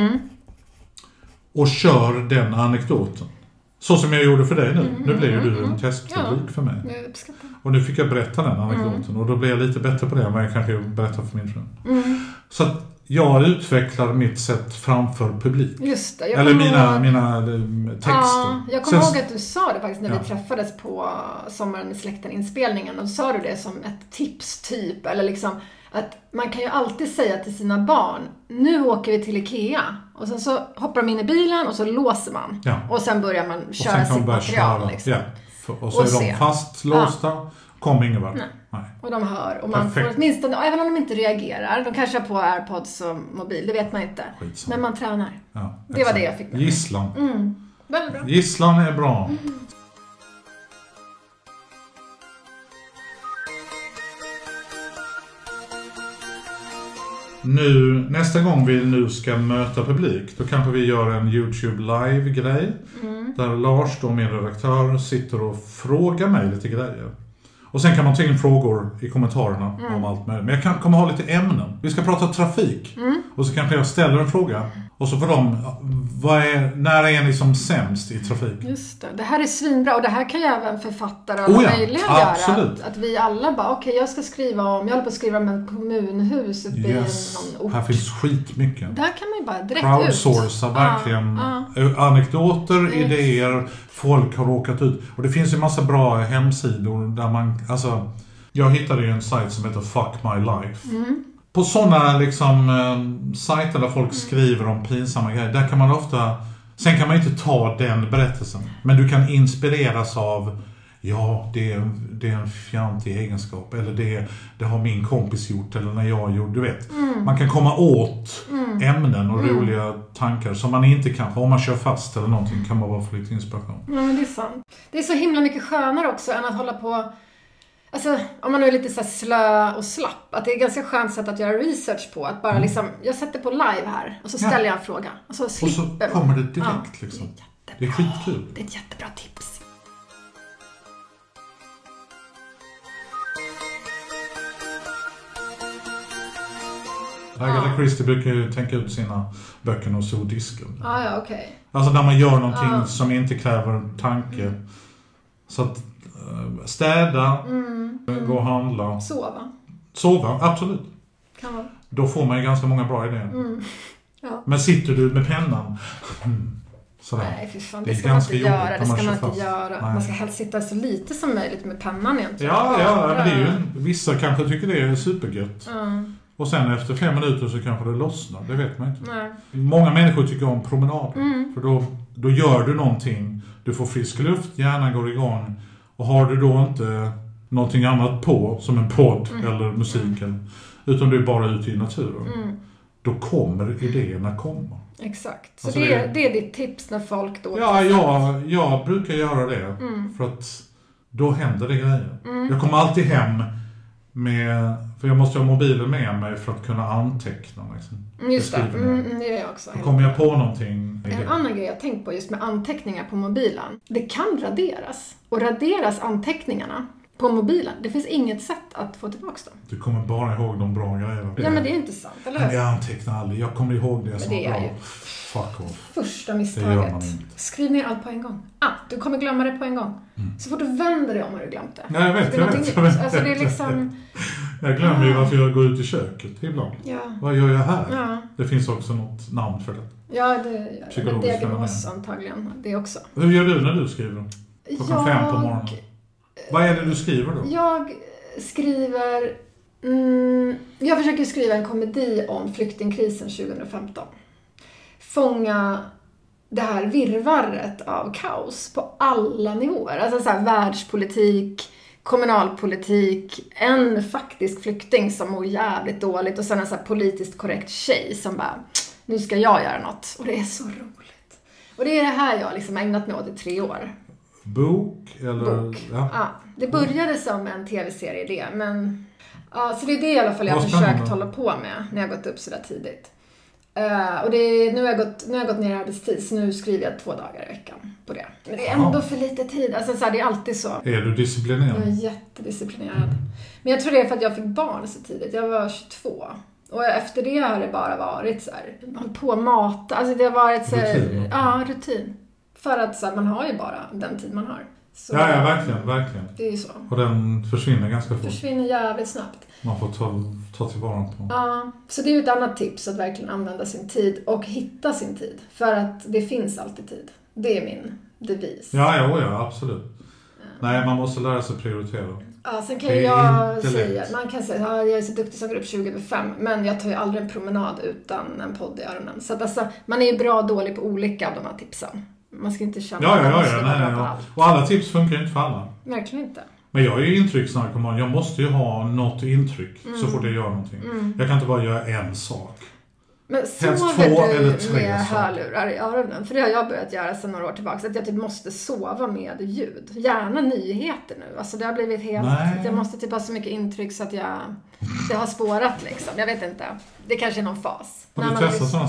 Och kör den anekdoten. Så som jag gjorde för dig nu. Nu blev ju du en testpublik för mig. Jag uppskattar. Och nu fick jag berätta den anekdoten. Och då blev jag lite bättre på det än vad jag kanske berättar för min fru. Så att jag utvecklar mitt sätt framför publik. Just det. Eller mina texter. Ja, jag kommer ihåg att du sa det faktiskt när vi träffades på Sommaren med släkten-inspelningen. Och då sa du det som ett tips typ. Eller liksom att man kan ju alltid säga till sina barn, nu åker vi till Ikea. Och sen så hoppar de in i bilen och så låser man. Ja. Och sen börjar man köra sitt material. Liksom. Ja. Och så är de fastlåsta. Kommer ingen vart. Nej. Och de hör. Och man får åtminstone, även om de inte reagerar. De kanske har på AirPods och mobil. Det vet man inte. Skitsamma. Men man tränar. Ja, det var det jag fick med. Gisslan. Väldigt bra. Gisslan är bra. Nu, nästa gång vi nu ska möta publik, då kanske vi gör en YouTube live-grej. Där Lars, då min redaktör, sitter och frågar mig lite grejer. Och sen kan man ta in frågor i kommentarerna om allt möjligt. Men jag kommer ha lite ämnen. Vi ska prata trafik. Och så kanske jag ställer en fråga. Och så får de, när är ni som sämst i trafik? Just det. Det här är svinbra. Och det här kan ju även författare och möjliga göra. Att vi alla bara, okej, jag håller på att skriva om en kommunhus uppe i någon ort. Här finns skitmycket. Där kan man ju bara direkt crowdsourca verkligen. Anekdoter, idéer, folk har råkat ut. Och det finns ju massa bra hemsidor där man, alltså, jag hittade ju en sajt som heter Fuck My Life. På sådana liksom sajter där folk skriver om pinsamma grejer, där kan man ofta, sen kan man inte ta den berättelsen, men du kan inspireras av, det är en fjantig egenskap, eller det har min kompis gjort, eller när jag gjorde, du vet. Man kan komma åt ämnen och roliga tankar som man inte kanske, om man kör fast eller någonting, kan man bara få lite inspiration. Ja, men det är sant. Det är så himla mycket skönare också än att hålla på. Alltså, om man nu är lite så här slö och slapp, att det är ganska skönt sätt att göra research på. Att bara liksom, jag sätter på live här och så ställer jag en fråga. Och så kommer det direkt liksom. Det är skitkul. Det är ett jättebra tips. Agatha Christie brukar ju tänka ut sina böcker och så disken. Ja, okej. Alltså när man gör någonting som inte kräver tanke. Så att städa, gå och handla. Sova, absolut. Kan man. Då får man ju ganska många bra idéer. Ja. Men sitter du med pennan? Sådär. Nej, för fan, det ska man inte göra. Det ska man inte göra. Man ska helst sitta så lite som möjligt med pennan egentligen. Ja, men det är ju, vissa kanske tycker det är supergött. Och sen efter 5 minuter så kanske det lossnar. Det vet man inte. Nej. Många människor tycker om promenader. För då gör du någonting. Du får frisk luft, hjärnan går igång. Och har du då inte någonting annat på, som en podd eller musiken, utan du är bara ute i naturen, då kommer idéerna komma. Exakt. Så Alltså det är ditt tips när folk då... Ja, jag brukar göra det. För att då händer det grejer. Jag kommer alltid hem med... För jag måste ha mobilen med mig för att kunna anteckna. Liksom. Just det, det gör jag också. Då kommer jag på någonting. En annan grej jag tänkt på just med anteckningar på mobilen. Det kan raderas. Och raderas anteckningarna på mobilen. Det finns inget sätt att få tillbaka dem. Du kommer bara ihåg de bra grejerna. Ja, men det är inte sant, eller hur? Men jag antecknar aldrig. Jag kommer ihåg det som det var är bra. ju Fuck off. Första Det gör misstaget. man inte. Skriv ner allt på en gång. Du kommer glömma det på en gång. Så fort du vänder dig om har du glömt det. Ja, jag vet. Alltså det är liksom... Jag glömmer ju varför jag går ut i köket ibland. Ja. Vad gör jag här? Ja. Det finns också något namn för det. Ja, det gör det. Psykologiskt Diagnos antagligen. Det också. Hur gör du när du skriver? Klockan 5 på morgonen. Vad är det du skriver då? Jag skriver... jag försöker skriva en komedi om flyktingkrisen 2015. Fånga det här virrvarret av kaos på alla nivåer. Alltså så här världspolitik, kommunalpolitik, en faktisk flykting som mår jävligt dåligt och sen en så här politiskt korrekt tjej som bara, nu ska jag göra något. Och det är så roligt. Och det är det här jag liksom ägnat mig åt i 3 år. Bok? Eller? Bok. Ja, det började som en tv-serie det, men ja, så det är det i alla fall jag har försökt hålla på med när jag gått upp så där tidigt. Och nu har jag gått ner i arbetstid, så nu skriver jag 2 dagar i veckan på det. Men det är ändå för lite tid, alltså så här, det är alltid så. Är du disciplinerad? Jag är jättedisciplinerad. Men jag tror det är för att jag fick barn så tidigt, jag var 22. Och efter det har det bara varit så här, på mata, alltså det har varit så här, rutin. Ja, rutin. För att så här, man har ju bara den tid man har. Så, Ja, verkligen. Det är ju så. Och den försvinner ganska fort. Försvinner jävligt snabbt. Man får ta tillvara på. Ja, så det är ju ett annat tips att verkligen använda sin tid och hitta sin tid. För att det finns alltid tid. Det är min devis. Ja, absolut. Nej, man måste lära sig prioritera. Ja, sen kan jag säga, man kan säga, ja, jag är så duktig som går upp 20-5, men jag tar ju aldrig en promenad utan en podd i öronen. Så att alltså, man är ju bra och dålig på olika av de här tipsen. Man ska inte känna att man måste vara bra på allt. Och alla tips funkar ju inte för alla. Verkligen inte. Men jag är ju intrycksnarkoman. Jag måste ju ha något intryck så fort jag gör någonting. Jag kan inte bara göra en sak. Men sover du med hörlurar i öronen? För det har jag börjat göra sedan några år tillbaka. Att jag typ måste sova med ljud. Gärna nyheter nu. Alltså det har blivit helt... Jag måste typ ha så mycket intryck så att det har spårat liksom. Jag vet inte. Det kanske är någon fas. Har du testat sådana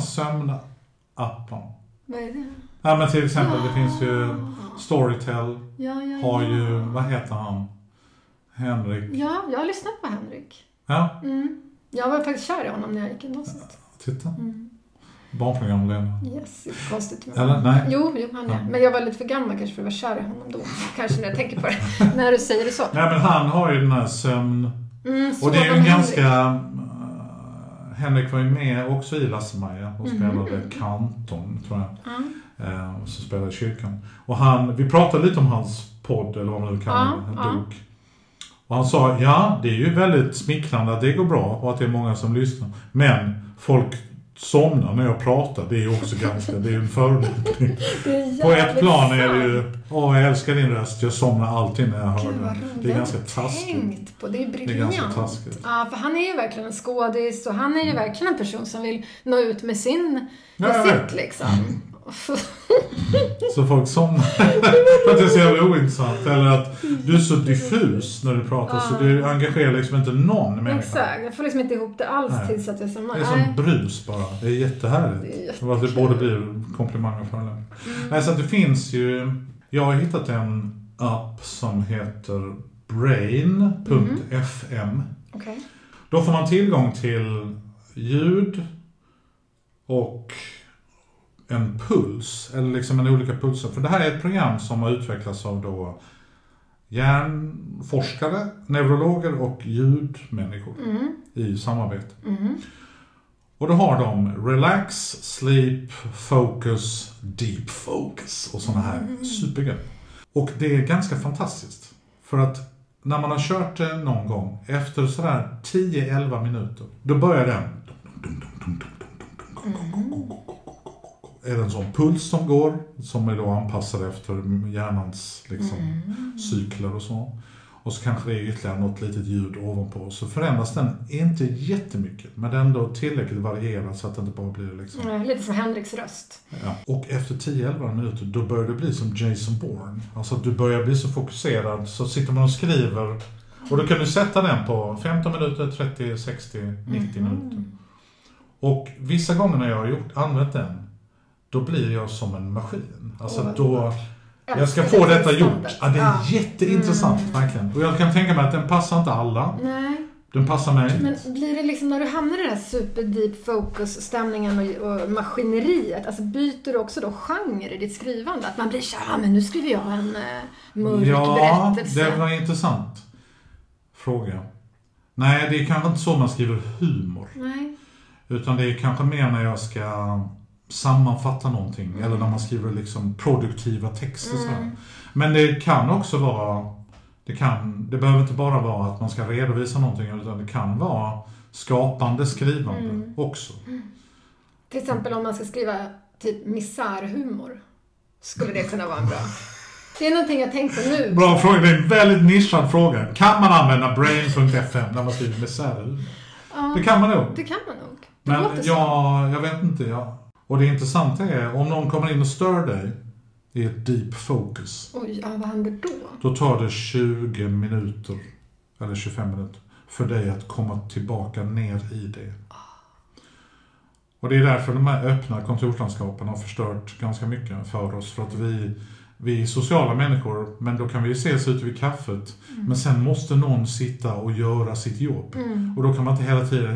sömnappar? Vad är det? Ja, men till exempel det finns ju Storytel. Har ju, vad heter han? Henrik. Ja, jag har lyssnat på Henrik. Ja. Jag var faktiskt kär i honom när jag gick i gymnasiet. Titta. Barnprogramledare. Yes, det är konstigt. Eller? Nej. Jo, han är. Men jag var lite för gammal kanske för att vara kär i honom då. Kanske när jag tänker på det. När du säger det så. Nej, men han har ju den här sömn... och det är ju ganska... Henrik var ju med också i Lasse-Maja och spelade Kanton, tror jag. Och så spelade i kyrkan. Och vi pratade lite om hans podd, eller vad man nu kallar det, Dok. Och han sa, det är ju väldigt smickrande att det går bra och att det är många som lyssnar. Men folk somnar när jag pratar, det är ju också ganska, det är ju en förolämpning. På ett plan är det ju, jag älskar din röst, jag somnar alltid när jag hör den. Det är ganska taskigt. Det är briljant. Det är ganska taskigt. Ja, för han är ju verkligen en skådis och han är ju verkligen en person som vill nå ut med sitt liksom. Så folk somnar för att det är så jävla ointressant. Eller att du är så diffus när du pratar så du engagerar liksom inte någon människa. Exakt, jag får liksom inte ihop det alls tills att jag somnar. Det är som brus bara, det är jättehärligt. Det borde bli komplimanger för alla. Nej, så att det finns ju, jag har hittat en app som heter brain.fm. Okay. Då får man tillgång till ljud och en puls, eller liksom en olika pulser. För det här är ett program som har utvecklats av då hjärnforskare, neurologer och ljudmänniskor i samarbete. Och då har de relax, sleep, focus, deep focus och såna här supergrejer. Och det är ganska fantastiskt. För att när man har kört det någon gång, efter sådär 10-11 minuter, då börjar den är det en sån puls som går, som är då anpassad efter hjärnans liksom, cykler och så. Och så kanske det är ytterligare något litet ljud ovanpå. Så förändras den inte jättemycket. Men det är ändå tillräckligt varierat så att det inte bara blir liksom... Lite som Henriks röst. Ja. Och efter 10-11 minuter då börjar det bli som Jason Bourne. Alltså du börjar bli så fokuserad så sitter man och skriver. Och då kan du sätta den på 15 minuter, 30, 60, 90 minuter. Och vissa gånger när jag har använt den, då blir jag som en maskin. Alltså då... Jag ska få detta gjort. Ja, det är jätteintressant, verkligen. Och jag kan tänka mig att den passar inte alla. Nej. Den passar mig. Men blir det liksom när du hamnar i den här super deep focus-stämningen och maskineriet, alltså byter du också då genre i ditt skrivande? Att man blir så här, men nu skriver jag en mörk berättelse. Ja, det var en intressant fråga. Nej, det är kanske inte så man skriver humor. Nej. Utan det är kanske mer när jag ska sammanfatta någonting. Eller när man skriver liksom produktiva texter. Men det kan också vara... Det behöver inte bara vara att man ska redovisa någonting. Utan det kan vara skapande skrivande också. Till exempel om man ska skriva typ misärhumor. Skulle det kunna vara en bra... Det är någonting jag tänkt på nu. Bra fråga, det är en väldigt nischad fråga. Kan man använda brain.fm när man skriver misärhumor? Ja, det kan man nog. Det kan man nog. Men jag vet inte. Och det intressanta är, om någon kommer in och stör dig i ett deep focus. Oj, vad händer då? Då tar det 20 minuter, eller 25 minuter, för dig att komma tillbaka ner i det. Och det är därför de här öppna kontorslandskapen har förstört ganska mycket för oss. För att vi är sociala människor, men då kan vi ju ses ute vid kaffet. Men sen måste någon sitta och göra sitt jobb. Och då kan man inte hela tiden...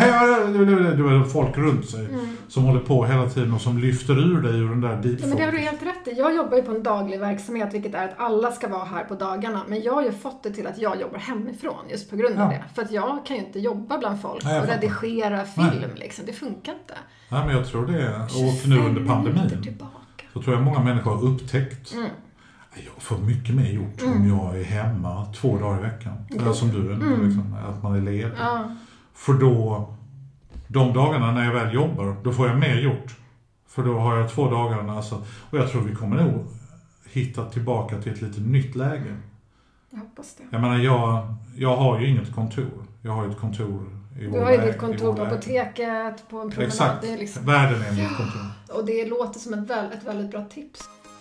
du är folk runt sig som håller på hela tiden och som lyfter ur dig ur den där deep focus. Men det har du helt rätt i. Jag jobbar ju på en daglig verksamhet, vilket är att alla ska vara här på dagarna. Men jag har ju fått det till att jag jobbar hemifrån just på grund av det. För att jag kan ju inte jobba bland folk och redigera film. Liksom. Det funkar inte. Nej, men jag tror det. Och nu under pandemin. Så tror jag många människor har upptäckt. Jag får mycket mer gjort om jag är hemma 2 dagar i veckan. Eller som du, liksom, att man är ledig. För då, de dagarna när jag väl jobbar, då får jag mer gjort. För då har jag 2 dagar. Alltså, och jag tror vi kommer nog hitta tillbaka till ett lite nytt läge. Jag hoppas det. Jag menar, jag har ju inget kontor. Jag har ju ett kontor i Du har ju ditt kontor på apoteket, på en promenad. Exakt, det är liksom... världen är mitt kontor. Och det låter som ett väldigt bra tips.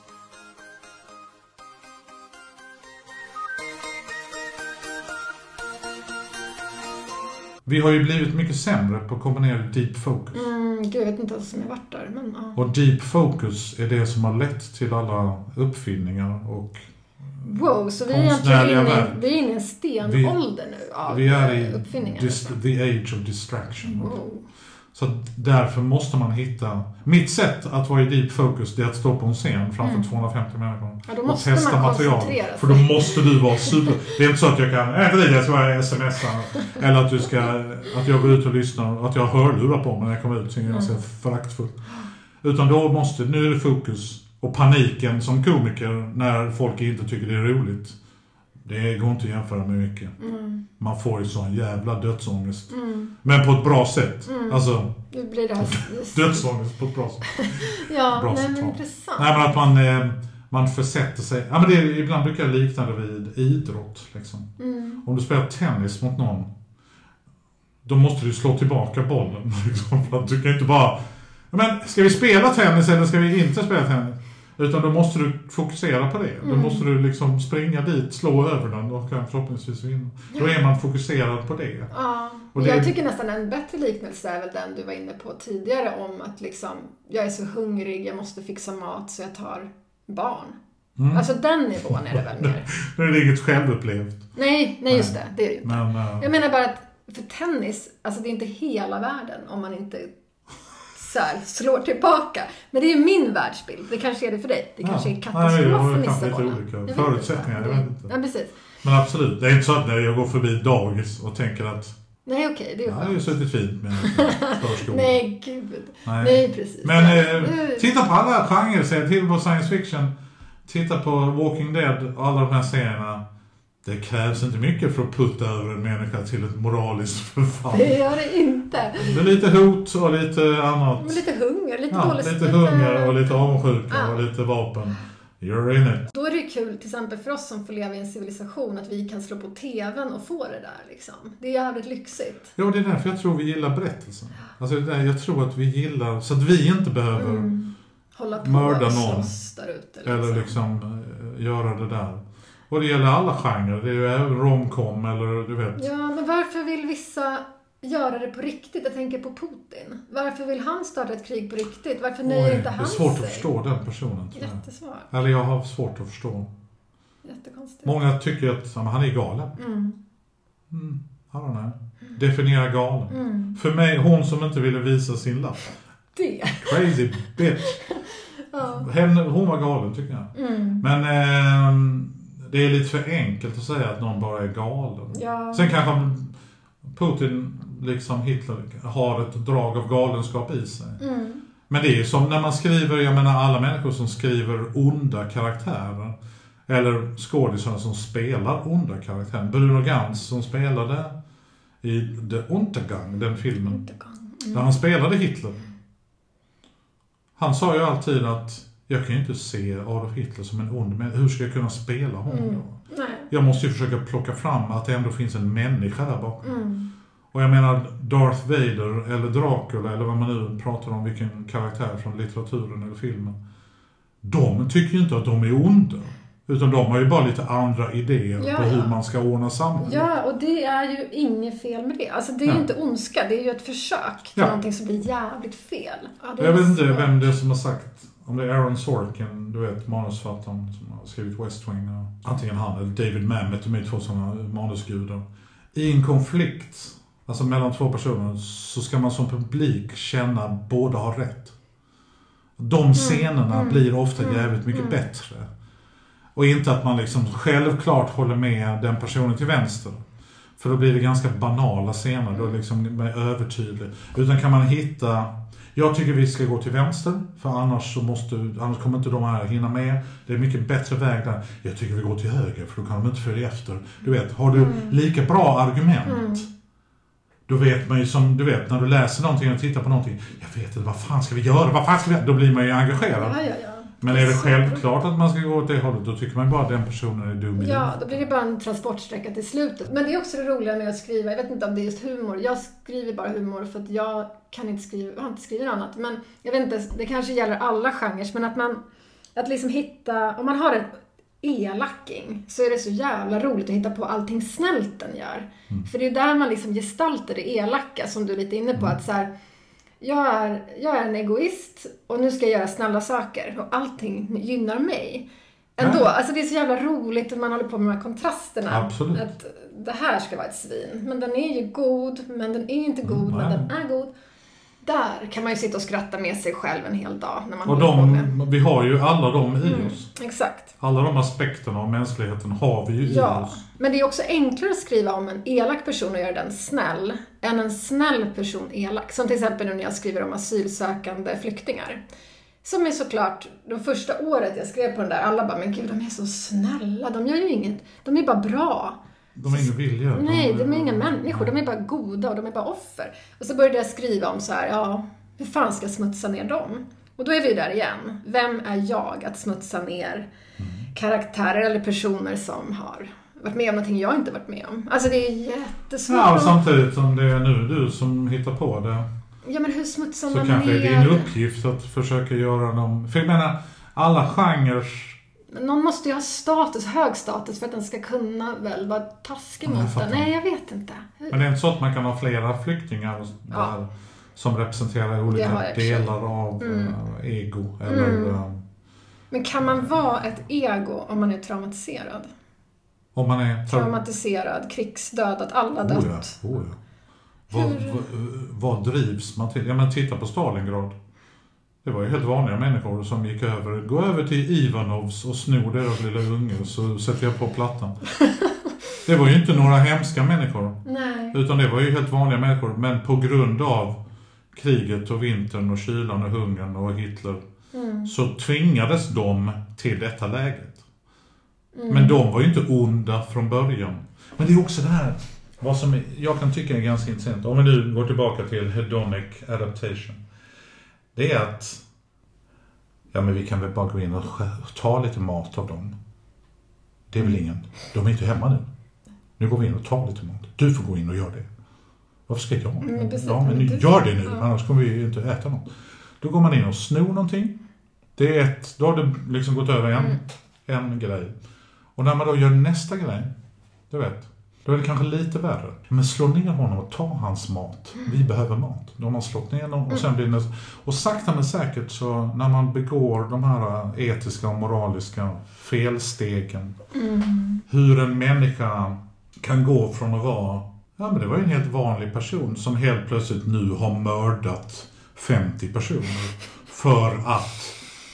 Vi har ju blivit mycket sämre på att kombinera deep focus. Gud, jag vet inte ens om jag varit där. Men, ja. Och deep focus är det som har lett till alla uppfinningar och wow, så vi är egentligen inne i en stenålder nu av vi är i uppfinningar. The age of distraction. Wow. Så därför måste man hitta... Mitt sätt att vara i deep focus, det är att stå på en scen framför 250 människor. Ja, då och måste testa man material. koncentrera sig. För då måste du vara super... Det är inte så att jag kan... Jag ska smsa. Eller att jag går ut och lyssnar. Och att jag hör lurar på mig när jag kommer ut. Så jag ser föraktfullt. Utan då måste... Nu är det fokus. Och paniken som komiker när folk inte tycker det är roligt. Det går inte att jämföra med mycket. Man får ju sån jävla dödsångest. Men på ett bra sätt. Alltså, det blir det här... dödsångest på ett bra sätt. Ja, bra nej, men intressant. Nej, men att man försätter sig... Ja, men ibland brukar jag likna det vid idrott. Liksom. Om du spelar tennis mot någon, då måste du slå tillbaka bollen. Liksom, för att du kan inte bara... Men ska vi spela tennis eller ska vi inte spela tennis? Utan då måste du fokusera på det. Då måste du liksom springa dit, slå över den och kan förhoppningsvis vinna. Då är man fokuserad på det. Ja, och jag tycker nästan en bättre liknelse är väl den du var inne på tidigare om att liksom, jag är så hungrig, jag måste fixa mat så jag tar barn. Alltså den nivån är det väl mer. Det är inget självupplevt. Nej, just det. Det är det ju inte. Men, jag menar bara att för tennis, alltså det är inte hela världen om man inte så här, slår tillbaka. Men det är ju min världsbild. Det kanske är det för dig. Det kanske är katastrof för missa bollen. Förutsättningar, jag vet inte. Ja, precis. Men absolut, det är inte så att när jag går förbi dagis och tänker att nej, okej, det är jag har ju suttit fint med förskolan. Nej, gud. Nej, precis. Men titta på alla genrer, titta på science fiction, titta på Walking Dead och alla de här serierna. Det krävs inte mycket för att putta över en människa till ett moraliskt förfall. Det gör det inte. Det är lite hot och lite annat. Men lite hunger, lite dåligt. Lite hunger och lite avundsjuka och lite vapen. You're in it. Då är det ju kul till exempel för oss som får leva i en civilisation att vi kan slå på tvn och få det där liksom. Det är jävligt lyxigt. Ja, det är därför jag tror vi gillar berättelsen. Alltså det där, jag tror att vi gillar, så att vi inte behöver hålla på mörda och någon slåss där ute. Liksom. eller liksom göra det där. Och det gäller alla genrer. Det är ju romcom eller du vet. Ja, men varför vill vissa göra det på riktigt? Jag tänker på Putin. Varför vill han starta ett krig på riktigt? Varför nöjer inte han sig? Det är svårt att förstå den personen, tror jag. Jättesvårt. Eller jag har svårt att förstå. Jättekonstigt. Många tycker att han är galen. I don't know. Definiera galen. För mig, hon som inte ville visa sin lapp. Det. Crazy bitch. Hon var galen, tycker jag. Men det är lite för enkelt att säga att någon bara är galen. Ja. Sen kanske Putin, liksom Hitler, har ett drag av galenskap i sig. Men det är ju som när man skriver, jag menar alla människor som skriver onda karaktärer. Eller skådespelare som spelar onda karaktärer. Bruno Ganz som spelade i The Untergang, den filmen. Där han spelade Hitler. Han sa ju alltid att jag kan ju inte se Adolf Hitler som en ond, men hur ska jag kunna spela honom då? Nej. Jag måste ju försöka plocka fram att det ändå finns en människa där bakom. Och jag menar Darth Vader eller Dracula eller vad man nu pratar om, vilken karaktär från litteraturen eller filmen. De tycker ju inte att de är onda. Utan de har ju bara lite andra idéer på hur man ska ordna samhället. Ja, och det är ju inget fel med det. Alltså det är ju inte ondska, det är ju ett försök till någonting som blir jävligt fel. Ja, jag vet inte vem det är som har sagt, om det är Aaron Sorkin, du vet, manusförfattaren som har skrivit West Wing. Antingen han eller David Mamet, de är två sådana manusgudar. I en konflikt, alltså mellan två personer, så ska man som publik känna att båda har rätt. De scenerna blir ofta jävligt mycket bättre. Och inte att man liksom självklart håller med den personen till vänster. För då blir det ganska banala scener. Då liksom är övertydligt. Utan kan man hitta... Jag tycker vi ska gå till vänster. För annars kommer inte de här hinna med. Det är mycket bättre väg där. Jag tycker vi går till höger. För då kan de inte följa efter. Du vet, har du lika bra argument... Då vet man ju som, du vet, när du läser någonting och tittar på någonting. Jag vet inte, vad fan ska vi göra? Då blir man ju engagerad. Ja. Men är det självklart att man ska gå åt det hållet, då tycker man bara att den personen är dum. Ja, då blir det bara en transportsträcka till slutet. Men det är också det roliga med att skriva. Jag vet inte om det är just humor. Jag skriver bara humor för att jag har inte skrivit något annat. Men jag vet inte, det kanske gäller alla genrer. Men att liksom hitta, om man har en elacking så är det så jävla roligt att hitta på allting snällt den gör. För det är där man liksom gestaltar det elaka som du är lite inne på. Att så här, jag är en egoist och nu ska jag göra snälla saker och allting gynnar mig. Ändå, alltså det är så jävla roligt att man håller på med de här kontrasterna. Absolut. Att det här ska vara ett svin. Men den är ju god, men den är inte god, men den är god. Där kan man ju sitta och skratta med sig själv en hel dag. När man och vi har ju alla dem i oss. Exakt. Alla de aspekterna av mänskligheten har vi ju i oss. Men det är också enklare att skriva om en elak person och göra den snäll än en snäll person elak. Som till exempel nu när jag skriver om asylsökande flyktingar. Som är såklart, de första året jag skrev på den där, alla bara, men gud, de är så snälla. De gör ju inget, de är bara bra. De är inga vilja. Nej, de är inga människor. De är bara goda och de är bara offer. Och så började jag skriva om så här, hur fan ska jag smutsa ner dem? Och då är vi där igen. Vem är jag att smutsa ner karaktärer eller personer som har varit med om någonting jag inte varit med om? Alltså det är jättesvårt. Ja, och samtidigt som det är nu du som hittar på det. Ja, men hur smutsar man så kanske ner? Det är din uppgift att försöka göra dem. För jag menar, alla genrer. Någon måste ju ha hög status för att den ska kunna väl vara taskig mot den. Nej, jag vet inte. Men det är inte så att man kan ha flera flyktingar där, som representerar olika delar av ego. Eller, men kan man vara ett ego om man är traumatiserad? Om man är traumatiserad, krigsdödad, alla dött. Vad drivs man till? Ja, men titta på Stalingrad. Det var ju helt vanliga människor som gå över till Ivanovs och snor deras lilla unge och så sätter jag på plattan. Det var ju inte några hemska människor. Nej. Utan det var ju helt vanliga människor. Men på grund av kriget och vintern och kylan och hungern och Hitler så tvingades de till detta läget. Men de var ju inte onda från början. Men det är också det här, vad som jag kan tycka är ganska intressant. Om vi nu går tillbaka till hedonic adaptation. Det är att men vi kan väl bara gå in och ta lite mat av dem. Det är väl ingen. De är inte hemma nu. Nu går vi in och tar lite mat. Du får gå in och göra det. Varför ska jag? Men gör det nu. Annars kommer vi inte äta något. Då går man in och snor någonting. Det är då har det liksom gått över en grej. Och när man då gör nästa grej, du vet, då är det kanske lite värre. Men slå ner honom och ta hans mat. Vi behöver mat. Då har man slått ner honom och sen blir det... Och sakta men säkert så när man begår de här etiska och moraliska felstegen. Hur en människa kan gå från att vara... Ja, men det var ju en helt vanlig person som helt plötsligt nu har mördat 50 personer. För att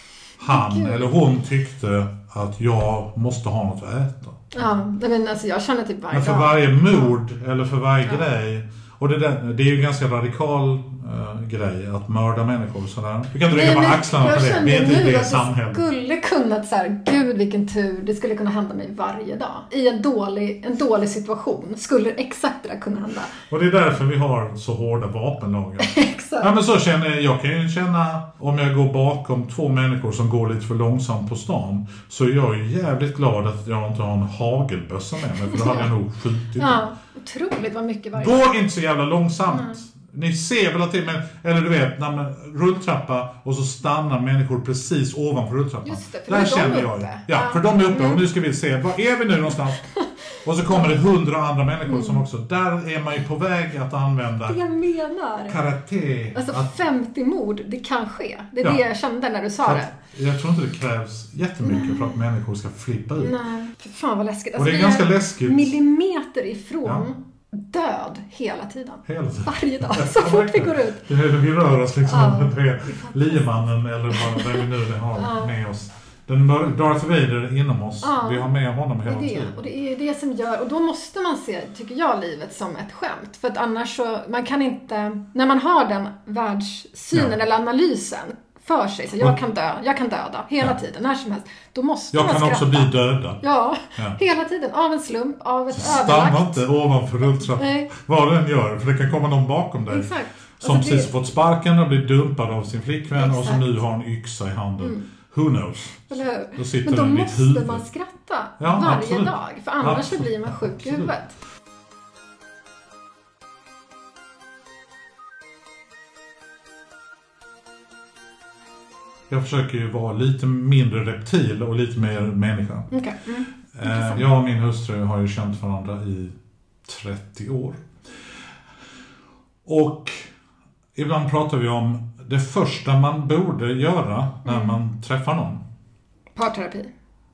han eller hon tyckte att jag måste ha något att äta. Ja, men alltså jag känner typ varje men för varje mord eller för varje grej. Och det är ju en ganska radikal grej att mörda människor och sådär. Vi kan inte rycka på axlarna för det. Vi är inte i det samhället. Jag skulle kunna så här, gud vilken tur, det skulle kunna hända mig varje dag. I en dålig situation skulle exakt det där kunna hända. Och det är därför vi har så hårda vapenlagar. Exakt. Ja, men så känner jag kan ju känna om jag går bakom 2 människor som går lite för långsamt på stan, så är jag ju jävligt glad att jag inte har en hagelbössa med mig, för då hade jag nog skjutit. Ja, otroligt vad mycket varje Gå inte så jävla långsamt. Ni ser väl att det är, eller du vet, när man rulltrappa och så stannar människor precis ovanför rulltrappan. Just det, för där de känner är jag. uppe. Ja, för de är uppe och nu ska vi se, var är vi nu någonstans? Och så kommer det 100 andra människor som också, där är man ju på väg att använda. Det jag menar. Karate. Alltså 50 mord, det kan ske. Det är det jag kände när du sa det. Jag tror inte det krävs jättemycket för att människor ska flippa ut. Nej, för fan vad läskigt. Alltså, och det är ganska läskigt. Millimeter ifrån död hela tiden. Varje dag, så fort vi går ut. Vi rör oss liksom liemannen eller vad vi nu har med oss. Den Darth Vader inom oss. Vi har med honom hela tiden. Och det är det som gör, och då måste man se, tycker jag, livet som ett skämt. För att annars så, man kan inte, när man har den världssynen eller analysen för sig, så jag kan döda hela tiden, när som helst. Då måste man skratta. Jag kan också bli dödad. Ja, hela tiden. Av en slump, av ett överlagt. Stanna inte ovanför rulltrappan. Vad den gör, för det kan komma någon bakom dig. Exakt. Som alltså precis fått sparken och blir dumpad av sin flickvän och som nu har en yxa i handen. Who knows? Eller hur? Då sitter men då den i mitt huvud. måste man skratta varje dag. För annars så blir man sjuk i huvudet. Jag försöker ju vara lite mindre reptil och lite mer människa. Okay. Jag och min hustru har ju känt varandra i 30 år. Och ibland pratar vi om det första man borde göra när man träffar någon. Parterapi?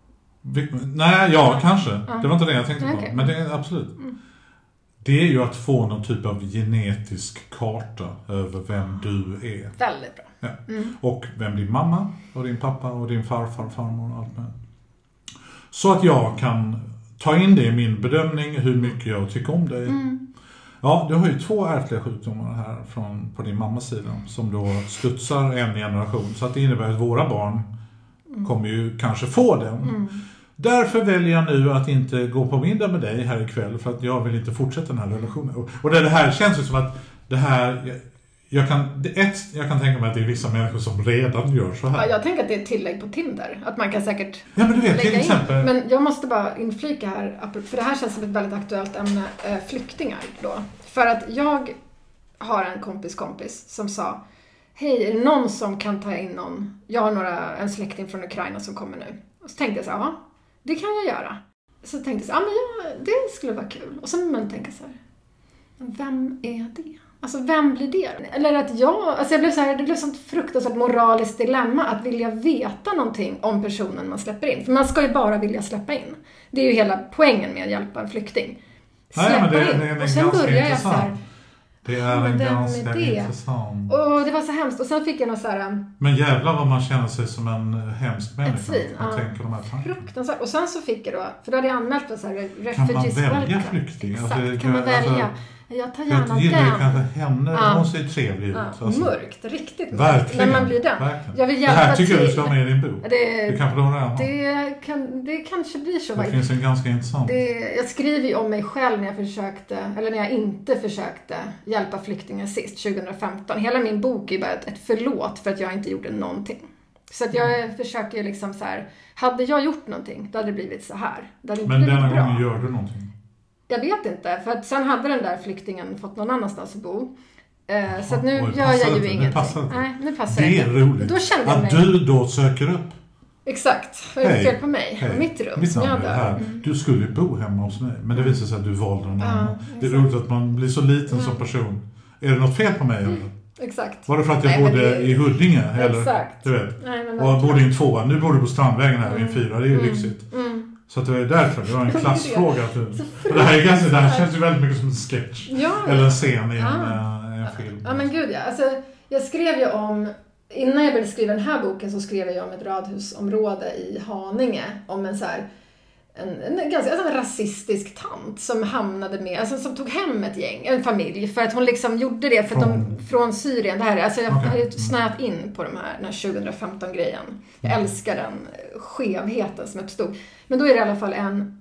Kanske. Det var inte det jag tänkte på. Men det är absolut. Det är ju att få någon typ av genetisk karta över vem du är. Väldigt bra. Ja. Och vem din mamma och din pappa och din farfar, farmor och allt med. Så att jag kan ta in det i min bedömning hur mycket jag tycker om dig. Ja, du har ju 2 ärftliga sjukdomar här på din mammas sida som då studsar en generation. Så att det innebär att våra barn kommer ju kanske få den. Därför väljer jag nu att inte gå på middag med dig här ikväll för att jag vill inte fortsätta den här relationen. Och det här känns ju som att det här... Jag kan tänka mig att det är vissa människor som redan gör så här. Ja, jag tänker att det är ett tillägg på Tinder. Att man kan säkert men du vet, till exempel... Men jag måste bara inflika här, för det här känns som ett väldigt aktuellt ämne, flyktingar då. För att jag har en kompis som sa: hej, är det någon som kan ta in någon? Jag har en släkting från Ukraina som kommer nu. Och så tänkte jag så här, ja, det kan jag göra. Så tänkte jag så det skulle vara kul. Och sen man tänker så här, vem är det? Alltså vem blir det? Eller att jag blev så här, det blev sånt fruktansvärt moraliskt dilemma att vilja veta någonting om personen man släpper in. För man ska ju bara vilja släppa in. Det är ju hela poängen med att hjälpa en flykting. Släppa in. Och sen börjar jag så här, det är en ganska intressant. Och det var så hemskt. Och sen fick jag något så här... Men jävlar vad man känner sig som en hemsk människa. Ett svin, tänker de här tankarna. Fruktansvärt. Och sen så fick jag då, för då hade jag anmält för så här, refugees welcome. Kan man välja flykting? Exakt, kan man välja? Jag tar gärna den. Jag kanske henne, hon ser trevlig ut. Alltså. Mörkt, riktigt mörkt. Verkligen. När man blir den. Jag vill hjälpa det här tycker jag du ska ha med i din bok. Det kanske det kanske blir så. Det finns en ganska intressant. Jag skriver ju om mig själv när jag inte försökte hjälpa flyktingar sist, 2015. Hela min bok är bara ett förlåt för att jag inte gjorde någonting. Så att jag försöker liksom så här, hade jag gjort någonting, då hade det blivit så här. Det hade inte Men blivit denna bra. gången gör du någonting? Jag vet inte, för att sen hade den där flyktingen fått någon annans att bo. Så att nu Oj, gör jag ju inte. ingenting. Det passar inte. Nej, nu passar Det är inte. roligt. Då kände jag att mig... du då söker upp. Exakt, vad är det fel på mig? Hej. Mitt rum Mitt som namn jag är det dör. här. Du skulle ju bo hemma hos mig. Men det visar sig att du valde någon annan. Det är exakt. roligt att man blir så liten som person. Är det något fel på mig? Eller? Exakt. Var det för att jag Nej, men bodde det- i Huddinge? Eller? Exakt. Du vet. Nej, men Och jag bodde i en 2. Nu bor du på Strandvägen här i en 4. Det är ju lyxigt. Mm. Så att det är därför. Det var en klassfråga. Att du... Så det här är ganska, det här känns ju väldigt mycket som en sketch. Ja, Eller en scen i en film. Ja, men gud ja. Alltså, jag skrev ju om... Innan jag började skriva den här boken så skrev jag om ett radhusområde i Haninge. Om en så här... En ganska en rasistisk tant som hamnade med, alltså som tog hem ett gäng, en familj, för att hon liksom gjorde det för att från Syrien. Det här, alltså jag har ju snöat in på den här 2015-grejen. Jag älskar den skevheten som uppstod. Men då är det i alla fall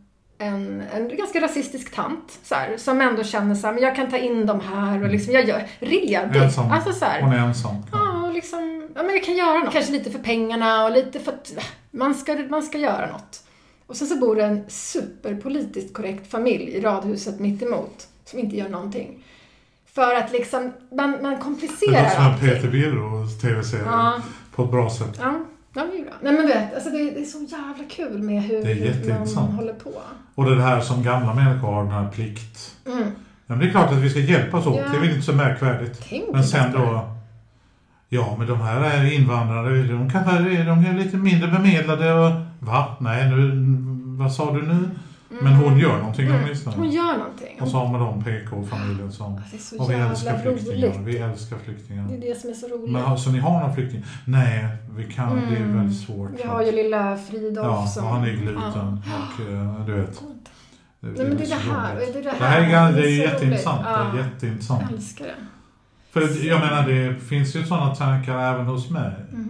en ganska rasistisk tant så här, som ändå känner så här, men jag kan ta in dem här och liksom, jag gör redig. Ensam. Alltså så här, Hon är ensam. ja, och liksom, ja, men jag kan göra något. Kanske lite för pengarna och lite för att man ska göra något. Och sen så bor det en superpolitiskt korrekt familj i radhuset mitt emot som inte gör någonting. För att liksom, man komplicerar det låter som en allting. Peter Birros tv-serie på ett bra sätt. Ja, det är bra. Nej men vet, alltså det är så jävla kul med hur man håller på. Och det här som gamla människor har, den här plikt. Ja, men det är klart att vi ska hjälpas åt. Ja. Det är väl inte så märkvärdigt. Men sen då... Ja, men de här är invandrare. De kanske är lite mindre bemedlade. Och, va? Nej, vad sa du nu? Men hon gör någonting åtminstone. Hon gör någonting. Och så har man de PK-familjen som... Det är så och vi jävla älskar flyktingar. roligt. Vi älskar flyktingar. Det är det som är så roligt. Men alltså, ni har någon flykting? Nej, vi kan. Det är väldigt svårt. Vi har ju lilla Fridolf ja, som... och han är gluten. Och du vet... Nej, men det är det här. Det är jätteintressant. Ja. Det är jätteintressant. Jag älskar det. För jag menar, det finns ju sådana tankar även hos mig.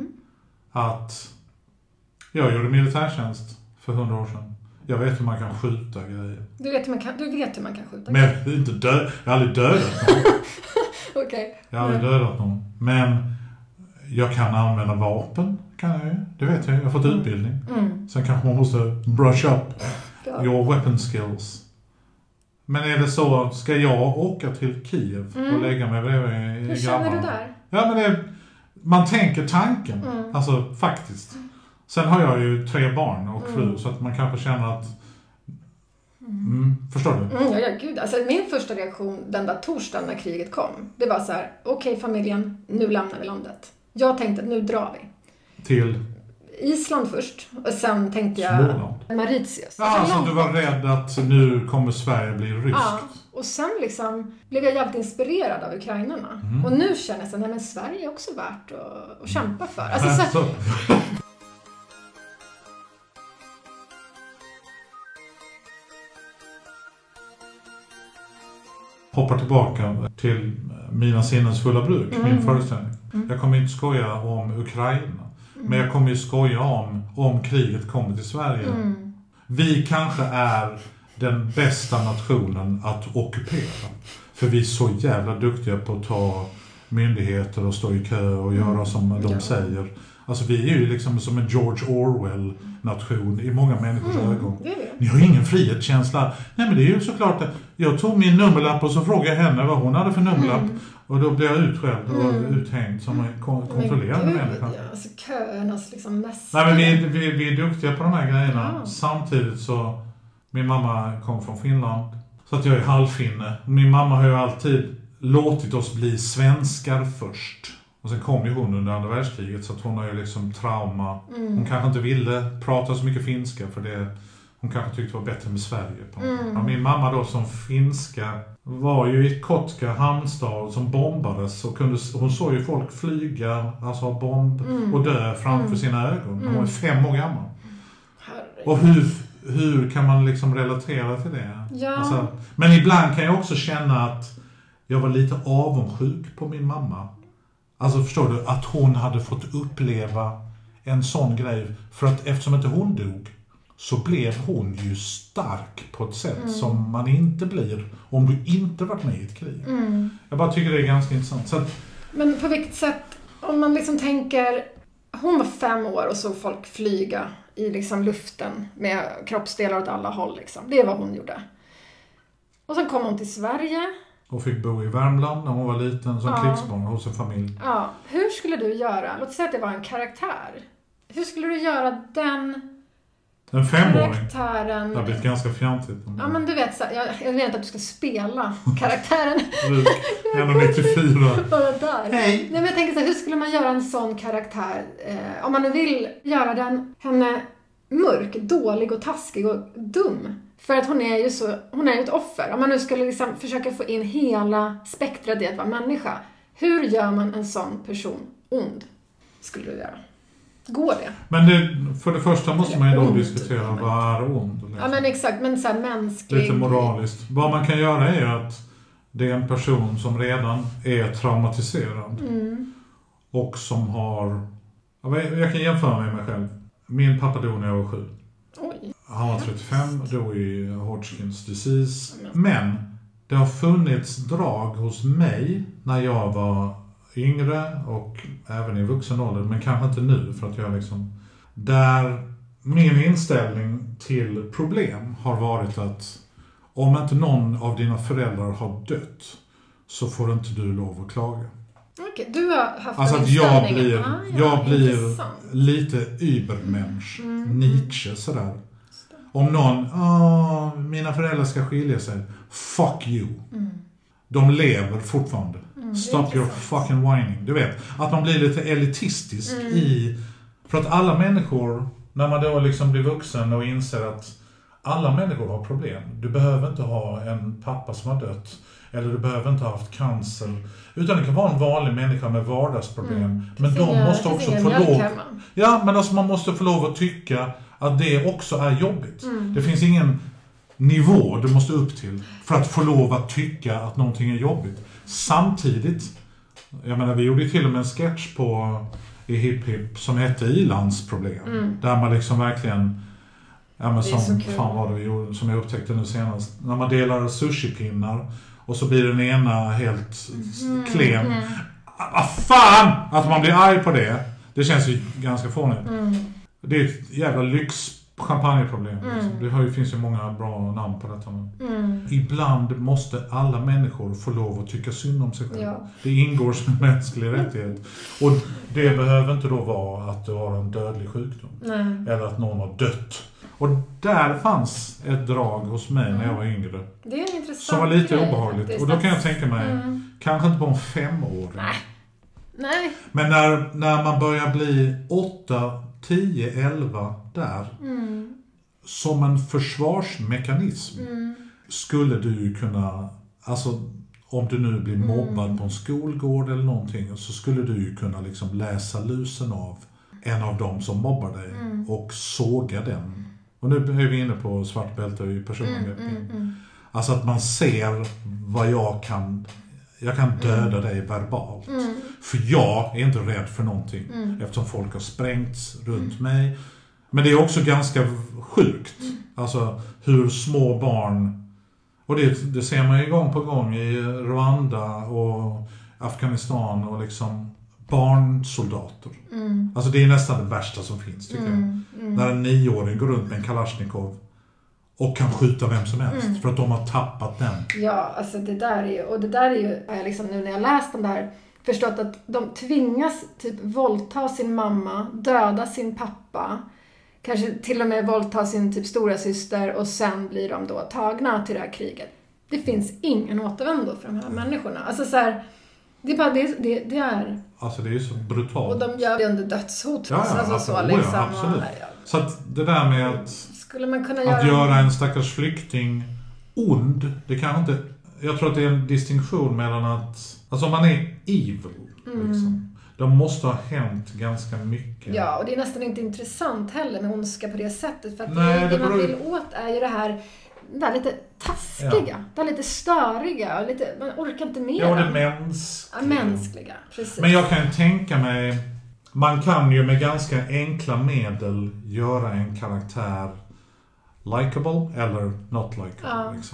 Att jag gjorde militärtjänst för 100 år sedan. Jag vet hur man kan skjuta grejer. Du vet hur man kan skjuta. Men jag har aldrig dödat någon. Okej. Jag har aldrig dödat någon. Men jag kan använda vapen. Kan jag ju. Det vet jag. Jag har fått utbildning. Sen kanske man måste brush up your weapon skills. Men är det så, ska jag åka till Kiev och lägga mig bredvid grabbarna? Hur känner du där? Ja, men man tänker tanken. Alltså faktiskt. Sen har jag ju 3 barn och fru så att man kanske känner att... förstår du? Ja, gud. Alltså min första reaktion den där torsdagen när kriget kom, det var så här: okej, familjen, nu lämnar vi landet. Jag tänkte att nu drar vi. Till? Island först. Och sen tänkte jag Småland. Mauritius. Ja, alltså du var rädd att nu kommer Sverige bli ryskt. Ja, och sen liksom blev jag jävligt inspirerad av ukrainarna. Och nu känner jag så nej men Sverige är också värt att kämpa för. Alltså, så... Hoppar tillbaka till Mina sinnens fulla bruk, min föreställning. Jag kommer inte skoja om Ukraina. Men jag kommer ju skoja om kriget kommer till Sverige. Vi kanske är den bästa nationen att ockupera. För vi är så jävla duktiga på att ta myndigheter och stå i kö och göra som de säger. Alltså vi är ju liksom som en George Orwell-nation i många människors ögon. Ni har ingen frihetskänsla. Nej, men det är ju såklart att jag tog min nummerlapp och så frågade jag henne vad hon hade för nummerlapp. Och då blev jag utskälld och uthängd som en kontrollerande människa. Ja, alltså köernas liksom mest. Nej, men vi är duktiga på de här grejerna. Ja. Samtidigt så, min mamma kom från Finland. Så att jag är halvfinne. Min mamma har ju alltid låtit oss bli svenskar först. Och sen kom ju hon under andra världskriget så att hon har ju liksom trauma. Hon kanske inte ville prata så mycket finska för det. Hon kanske tyckte det var bättre med Sverige. Ja, min mamma då som finska var ju i Kotka hamnstad som bombades. Och hon såg ju folk flyga, alltså bomb och dö framför sina ögon. Hon var 5 år gammal. Och hur kan man liksom relatera till det? Ja. Alltså, men ibland kan jag också känna att jag var lite avundsjuk på min mamma. Alltså förstår du, att hon hade fått uppleva en sån grej. För att eftersom inte hon dog så blev hon ju stark på ett sätt som man inte blir om du inte varit med i ett krig. Jag bara tycker det är ganska intressant. Så att, men på vilket sätt, om man liksom tänker, Hon var 5 år och såg folk flyga i liksom luften med kroppsdelar åt alla håll. Liksom. Det är vad hon gjorde. Och sen kom hon till Sverige. Och fick bo i Värmland när hon var liten som krigsbarn hos en familj. Ja, hur skulle du göra? Låt säga att det var en karaktär. Hur skulle du göra den en 5-åring. Karaktären? Det har blivit ganska fjantigt. Ja, men du vet, jag vet att du ska spela karaktären. 1,94. Bara där. Hej. Nej, men jag tänker så här, hur skulle man göra en sån karaktär? Om man nu vill göra henne mörk, dålig och taskig och dum. För att hon är ju ett offer. Om man nu skulle liksom försöka få in hela spektrat i att vara människa. Hur gör man en sån person ond? Skulle du göra? Går det? Men för det första måste man ju då diskutera vad är ond. Liksom. Ja, men exakt. Men så här mänsklig... Lite moraliskt. Vad man kan göra är ju att det är en person som redan är traumatiserad. Och som har... Jag kan jämföra med mig själv. Min pappa dog när jag var 7. Oj. Han var 35, dog i Hodgkins disease. Men det har funnits drag hos mig när jag var yngre och även i vuxen ålder, men kanske inte nu för att jag liksom... Där min inställning till problem har varit att om inte någon av dina föräldrar har dött så får inte du lov att klaga. Okej, du har haft alltså en att jag blir lite übermensch, Nietzsche sådär. Om någon, mina föräldrar ska skilja sig, fuck you. De lever fortfarande. Stop your fucking whining. Du vet, att man blir lite elitistisk i... För att alla människor, när man då liksom blir vuxen och inser att alla människor har problem. Du behöver inte ha en pappa som har dött. Eller du behöver inte ha haft cancer. Utan det kan vara en vanlig människa med vardagsproblem. Men de måste också få lov... Ja, men alltså man måste få lov att tycka att det också är jobbigt. Det finns ingen nivå du måste upp till för att få lov att tycka att någonting är jobbigt. Samtidigt, jag menar vi gjorde till och med en sketch i Hip Hip som hette Ilandsproblem. Där man liksom verkligen, ja men som fan var det vi gjorde, som jag upptäckte nu senast. När man delar sushipinnar och så blir den ena helt klen. Fan! Att man blir arg på det. Det känns ju ganska fånigt. Det är ett jävla champagneproblem. Det finns ju många bra namn på detta. Ibland måste alla människor få lov att tycka synd om sig själv. Ja. Det ingår som en mänsklig rättighet. Och det behöver inte då vara att du har en dödlig sjukdom. Nej. Eller att någon har dött. Och där fanns ett drag hos mig när jag var yngre. Det är en intressant som var lite obehagligt. Faktiskt. Och då kan jag tänka mig, kanske inte på en 5-åring. Nej. Men när man börjar bli 8, 10, 11 där. Som en försvarsmekanism. Skulle du kunna, alltså om du nu blir mobbad på en skolgård eller någonting, så skulle du ju kunna liksom läsa lusen av en av dem som mobbar dig och såga den. Och nu är vi inne på svart bälte i personangrepp. Alltså att man ser vad jag kan döda dig verbalt. För jag är inte rädd för någonting eftersom folk har sprängts runt mig. Men det är också ganska sjukt. Alltså hur små barn, och det ser man ju gång på gång i Rwanda och Afghanistan och liksom barnsoldater. Alltså det är nästan det värsta som finns tycker jag. När en 9-åring går runt med en Kalashnikov och kan skjuta vem som helst för att de har tappat den. Ja, alltså det där är ju jag liksom nu när jag läst den där förstått att de tvingas typ våldta sin mamma, döda sin pappa, kanske till och med våldta sin typ stora syster och sen blir de då tagna till det här kriget. Det finns ingen återvändo för de här människorna. Alltså så här, det är bara det är. Alltså det är så brutalt. Och de gör det under dödshot. Ja, alltså så liksom. Ja, absolut. Så att det där med att skulle man kunna göra en stackars flykting ond, det kan inte. Jag tror att det är en distinktion mellan att, alltså om man är evil liksom. Det måste ha hänt ganska mycket. Ja, och det är nästan inte intressant heller med ondska på det sättet. För att det man vill åt är ju det här lite taskiga, det lite störiga. Man orkar inte med. Ja, det mänskliga. Precis. Men jag kan tänka mig, man kan ju med ganska enkla medel göra en karaktär likable eller not likable. Liksom.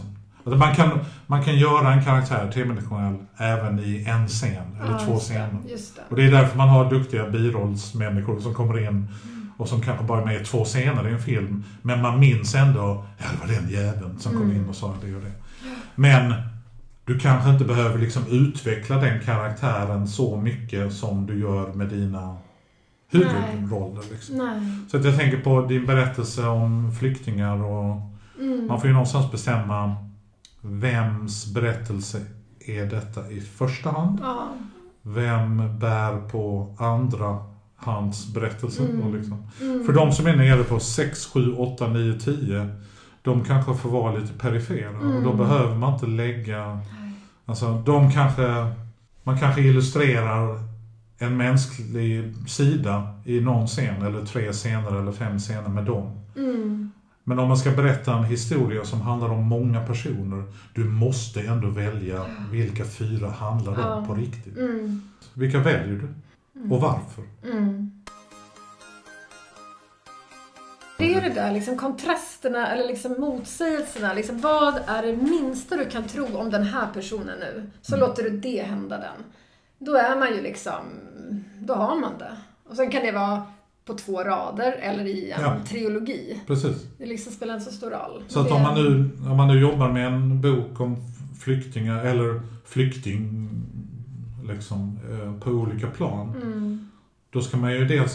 Alltså man kan göra en karaktär tredimensionell även i en scen eller två scener. Just det. Och det är därför man har duktiga birollsmänniskor som kommer in och som kanske bara är med i 2 scener i en film. Men man minns ändå, ja, det var den jäveln som kom in och sa det och det. Men du kanske inte behöver liksom utveckla den karaktären så mycket som du gör med dina huvudroller. Liksom. Så att jag tänker på din berättelse om flyktingar och man får ju någonstans bestämma vems berättelse är detta i första hand. Vem bär på andra hands berättelse. Liksom. För de som är nere på 6, 7, 8, 9, 10 de kanske får vara lite perifera och då behöver man inte lägga alltså man kanske illustrerar en mänsklig sida i någon scen eller 3 scener eller 5 scener med dem. Men om man ska berätta en historia som handlar om många personer, du måste ändå välja vilka 4 handlar om på riktigt. Vilka väljer du? Och varför? Det är det där, liksom kontrasterna eller liksom motsägelserna. Liksom, vad är det minsta du kan tro om den här personen nu? Så låter du det hända den. Då är man ju liksom, då har man det. Och sen kan det vara på 2 rader eller i en trilogi. Precis. Det liksom spelar inte så stor roll. Så att om man nu jobbar med en bok om flyktingar eller flykting liksom, på olika plan, då ska man ju dels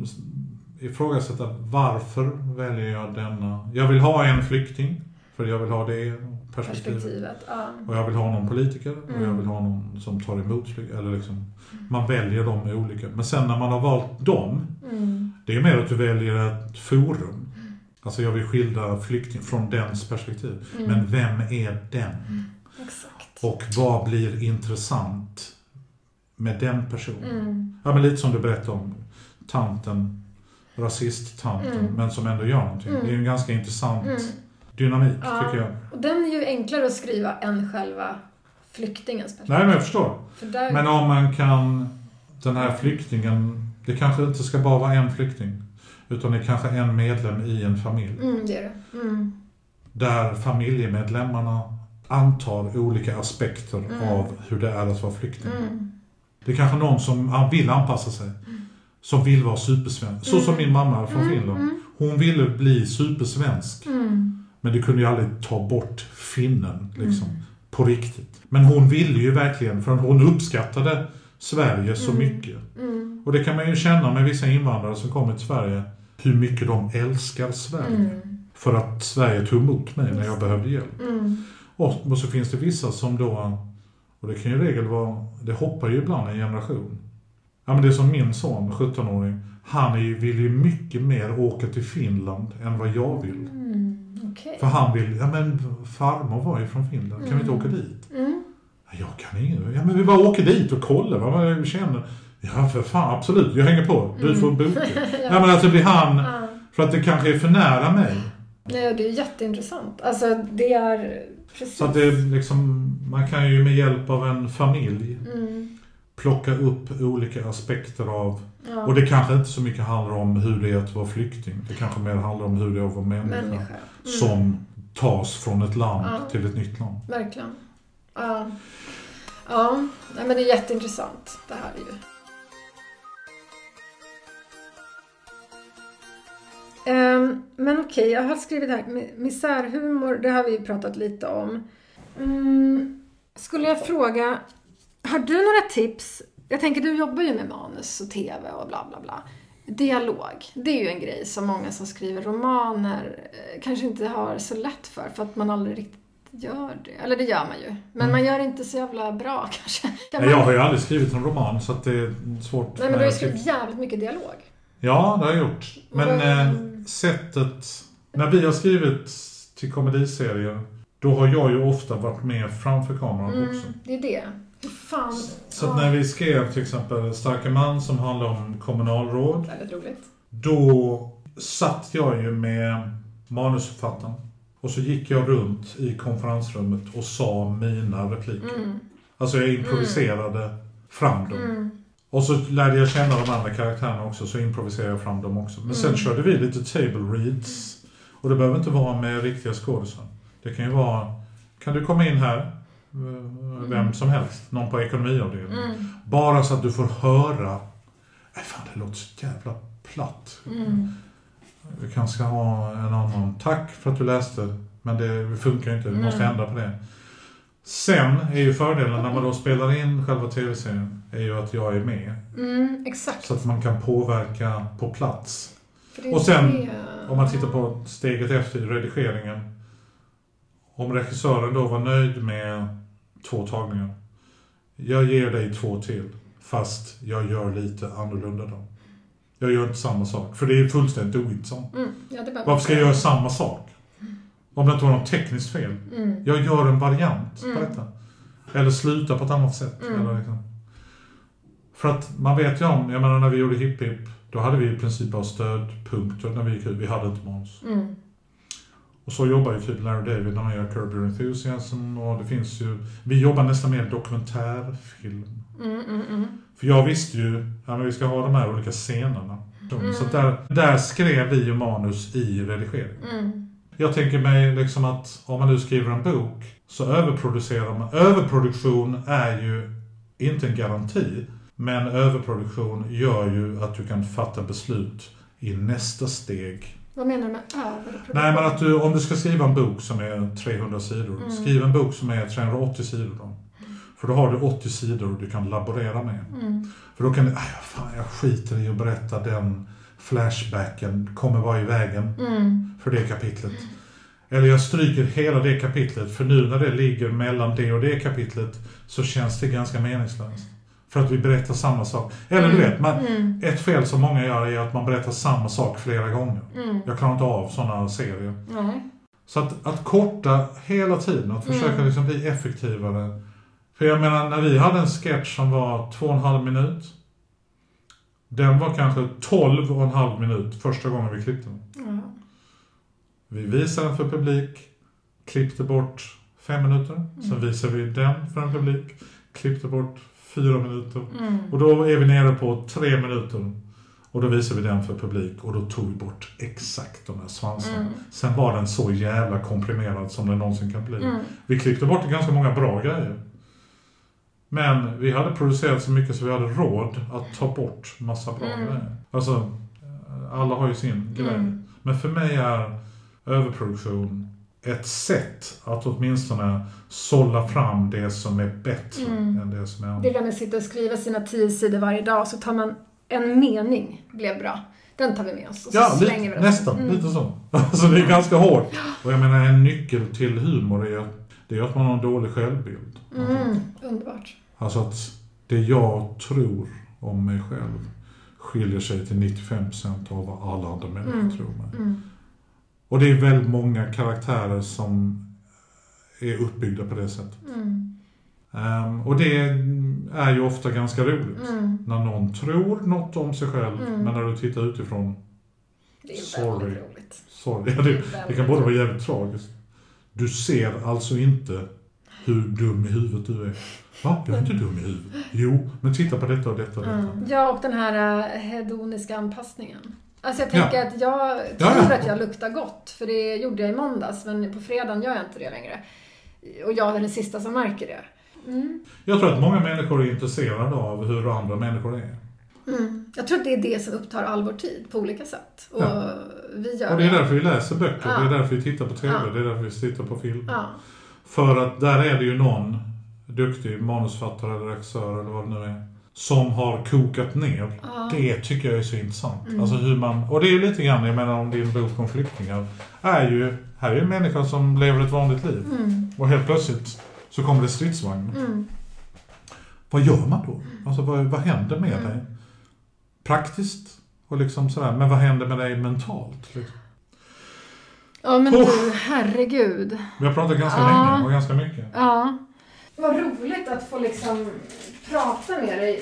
ifrågasätta varför väljer jag denna. Jag vill ha en flykting för jag vill ha det perspektivet. Och jag vill ha någon politiker och jag vill ha någon som tar emot eller liksom, man väljer dem olika. Men sen när man har valt dem, det är mer att du väljer ett forum. Alltså jag vill skilja flykting från dens perspektiv. Men vem är den? Exakt. Och vad blir intressant med den personen? Ja, men lite som du berättade om tanten, rasisttanten, men som ändå gör någonting. Det är ju en ganska intressant dynamik, tycker jag. Och den är ju enklare att skriva än själva flyktingens perspektiv. Nej, men jag förstår. Men om man kan, den här flyktingen, det kanske inte ska bara vara en flykting, utan det är kanske en medlem i en familj. Det är det. Där familjemedlemmarna antar olika aspekter av hur det är att vara flykting. Det är kanske någon som vill anpassa sig. Som vill vara supersvensk. Så som min mamma från Finland. Hon ville bli supersvensk. Men det kunde ju aldrig ta bort finnen liksom, på riktigt. Men hon ville ju verkligen, för hon uppskattade Sverige så mycket. Och det kan man ju känna med vissa invandrare som kommer till Sverige. Hur mycket de älskar Sverige. För att Sverige tog emot mig när jag behövde hjälp. Och så finns det vissa som då, och det kan ju i regel vara, det hoppar ju ibland en generation. Ja, men det är som min son, 17-åring. Han vill ju mycket mer åka till Finland än vad jag vill. Okay. För han vill, ja men farmor var ju från Finland. Kan vi inte åka dit? Jag kan inte. Ja men vi bara åker dit och kollar vad man känner. Ja för fan, absolut. Jag hänger på. Du får boka. Ja men alltså blir han, för att det kanske är för nära mig. Nej, det är jätteintressant. Alltså det är precis. Så att det är liksom, man kan ju med hjälp av en familj plocka upp olika aspekter av, och det kanske inte så mycket handlar om hur det är att vara flykting. Det kanske mer handlar om hur det är att vara människa. Som tas från ett land till ett nytt land. Verkligen. Ja, men det är jätteintressant det här ju. Men okej, jag har skrivit här misärhumor, det har vi pratat lite om. Skulle jag fråga, har du några tips? Jag tänker, du jobbar ju med manus och tv och bla bla bla. Dialog, det är ju en grej som många som skriver romaner kanske inte har så lätt för att man aldrig riktigt gör det. Eller det gör man ju. Men man gör inte så jävla bra kanske. Jag har ju aldrig skrivit en roman så att det är svårt. Nej, men du har ju skrivit jävligt mycket dialog. Ja, det har jag gjort. Men sättet, när vi har skrivit till komediserier, då har jag ju ofta varit med framför kameran också. Det är det. Hur fan? Så att när vi skrev till exempel Starka man som handlar om kommunalråd. Väldigt roligt. Då satt jag ju med manusförfattaren. Och så gick jag runt i konferensrummet och sa mina repliker. Alltså jag improviserade fram dem. Och så lärde jag känna de andra karaktärerna också, så improviserade jag fram dem också. Men sen körde vi lite table reads. Och det behöver inte vara med riktiga skådespelare. Det kan ju vara kan du komma in här? Vem som helst, någon på ekonomiavdelningen. Bara så att du får höra. Fan, det låter så jävla platt. Vi kanske ska ha en annan. Tack för att du läste. Men det funkar inte, vi måste ändra på det. Sen är ju fördelen när man då spelar in själva tv-serien är ju att jag är med. Exakt. Så att man kan påverka på plats. Och sen, om man tittar på steget efter redigeringen. Om regissören då var nöjd med 2 tagningar. Jag ger dig 2 till. Fast jag gör lite annorlunda då. Jag gör inte samma sak. För det är fullständigt ointressant. Varför ska jag göra samma sak? Om det inte var något tekniskt fel. Jag gör en variant på detta. Eller sluta på ett annat sätt. Eller liksom. För att man vet ju om, jag menar när vi gjorde Hipp Hipp, då hade vi i princip bara stödpunkter när vi hade inte manus. Och så jobbar ju typ Larry David när man gör Curb Your Enthusiasm. Och det finns ju, vi jobbar nästan mer dokumentärfilm. För jag visste ju att vi ska ha de här olika scenerna. Så där skrev vi ju manus i redigering. Jag tänker mig liksom att om man nu skriver en bok så överproducerar man. Överproduktion är ju inte en garanti. Men överproduktion gör ju att du kan fatta beslut i nästa steg. Vad menar du med överproduktion? Nej, men att om du ska skriva en bok som är 300 sidor. Skriv en bok som är 380 sidor då. För då har du 80 sidor du kan laborera med. För då kan du, jag skiter i att berätta den flashbacken kommer vara i vägen för det kapitlet. Eller jag stryker hela det kapitlet, för nu när det ligger mellan det och det kapitlet så känns det ganska meningslöst. För att vi berättar samma sak. Eller du vet, ett fel som många gör är att man berättar samma sak flera gånger. Jag klarar inte av sådana serier. Så att korta hela tiden, att försöka liksom bli effektivare. För jag menar, när vi hade en sketch som var 2,5 minut. Den var kanske 12,5 minut första gången vi klippte den. Vi visade den för publik, klippte bort 5 minuter. Sen visade vi den för en publik, klippte bort 4 minuter. Och då är vi nere på 3 minuter. Och då visade vi den för publik och då tog vi bort exakt de här svansarna. Sen var den så jävla komprimerad som den någonsin kan bli. Vi klippte bort ganska många bra grejer. Men vi hade producerat så mycket så vi hade råd att ta bort massa bra grejer. Alltså, alla har ju sin grej. Men för mig är överproduktion ett sätt att åtminstone sålla fram det som är bättre än det som är annat. Det där med att sitta och skriva sina 10 sidor varje dag, så tar man en mening, blev bra. Den tar vi med oss och så slänger vi den. Nästan, lite så. Alltså det är ganska hårt. Och jag menar, en nyckel till humor är att man har en dålig självbild. Underbart. Alltså att det jag tror om mig själv skiljer sig till 95% av vad alla andra människor tror mig. Och det är väldigt många karaktärer som är uppbyggda på det sättet. Och det är ju ofta ganska roligt. När någon tror något om sig själv, men när du tittar utifrån, det är väldigt roligt. Sorry. Det kan både vara jävligt tragiskt. Du ser alltså inte hur dum i huvudet du är. Va? Jag är inte dum i huvudet. Jo, men titta på detta och detta och detta. Ja, och den här hedoniska anpassningen. Alltså jag tänker att jag tror att jag luktar gott. För det gjorde jag i måndags. Men på fredagen gör jag inte det längre. Och jag är den sista som märker det. Jag tror att många människor är intresserade av hur andra människor är. Jag tror att det är det som upptar all vår tid på olika sätt. Och vi gör och det är därför vi läser böcker. Det är därför vi tittar på tv. Det är därför vi tittar på film. För att där är det ju någon duktig manusfattare eller regissör eller vad det nu är, som har kokat ner. Det tycker jag är så intressant. Alltså hur man, och det är ju lite grann, jag menar om din bok om flyktingar, här är ju en människa som lever ett vanligt liv. Och helt plötsligt så kommer det stridsvagn. Vad gör man då? Alltså vad händer med dig? Praktiskt och liksom sådär. Men vad händer med dig mentalt? Liksom? Ja, men du, herregud. Vi har pratat ganska länge och ganska mycket. Ja. Vad roligt att få liksom prata med dig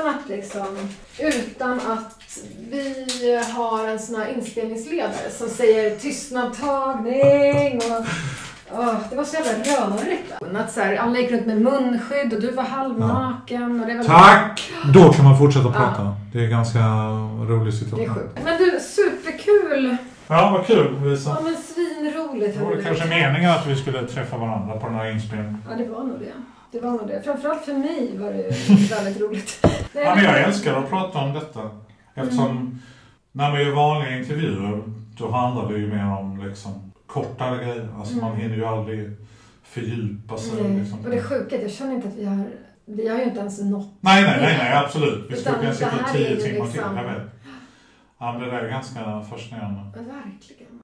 utan att vi har en sån här inspelningsledare som säger tystnadtagning och det var så jävla rörigt. Att så här, alla gick runt med munskydd och du var halvnaken. Och det var tack! Då kan man fortsätta prata. Det är ganska rolig situation. Det är sjukt. Men du, superkul. Ja, vad kul. Ja, men svinroligt. otroligt Det var roligt. kanske meningen att vi skulle träffa varandra på den här inspelningen. Ja, det var nog det. Det var nog det. Framförallt för mig var det väldigt roligt. Nej, Ja, men jag älskar att prata om detta. Eftersom när man gör vanliga intervjuer, då handlar det ju mer om liksom kortare grejer. Alltså man hinner ju aldrig fördjupa sig. Nej. Liksom. Och det är sjukt, jag känner inte att vi har ju inte ens nått. Nej, absolut. Vi skulle Utan kunna sitta det här 10 är ju timmar liksom- till, jag vet. Ja, men det där är ganska fascinerande. Ja, verkligen.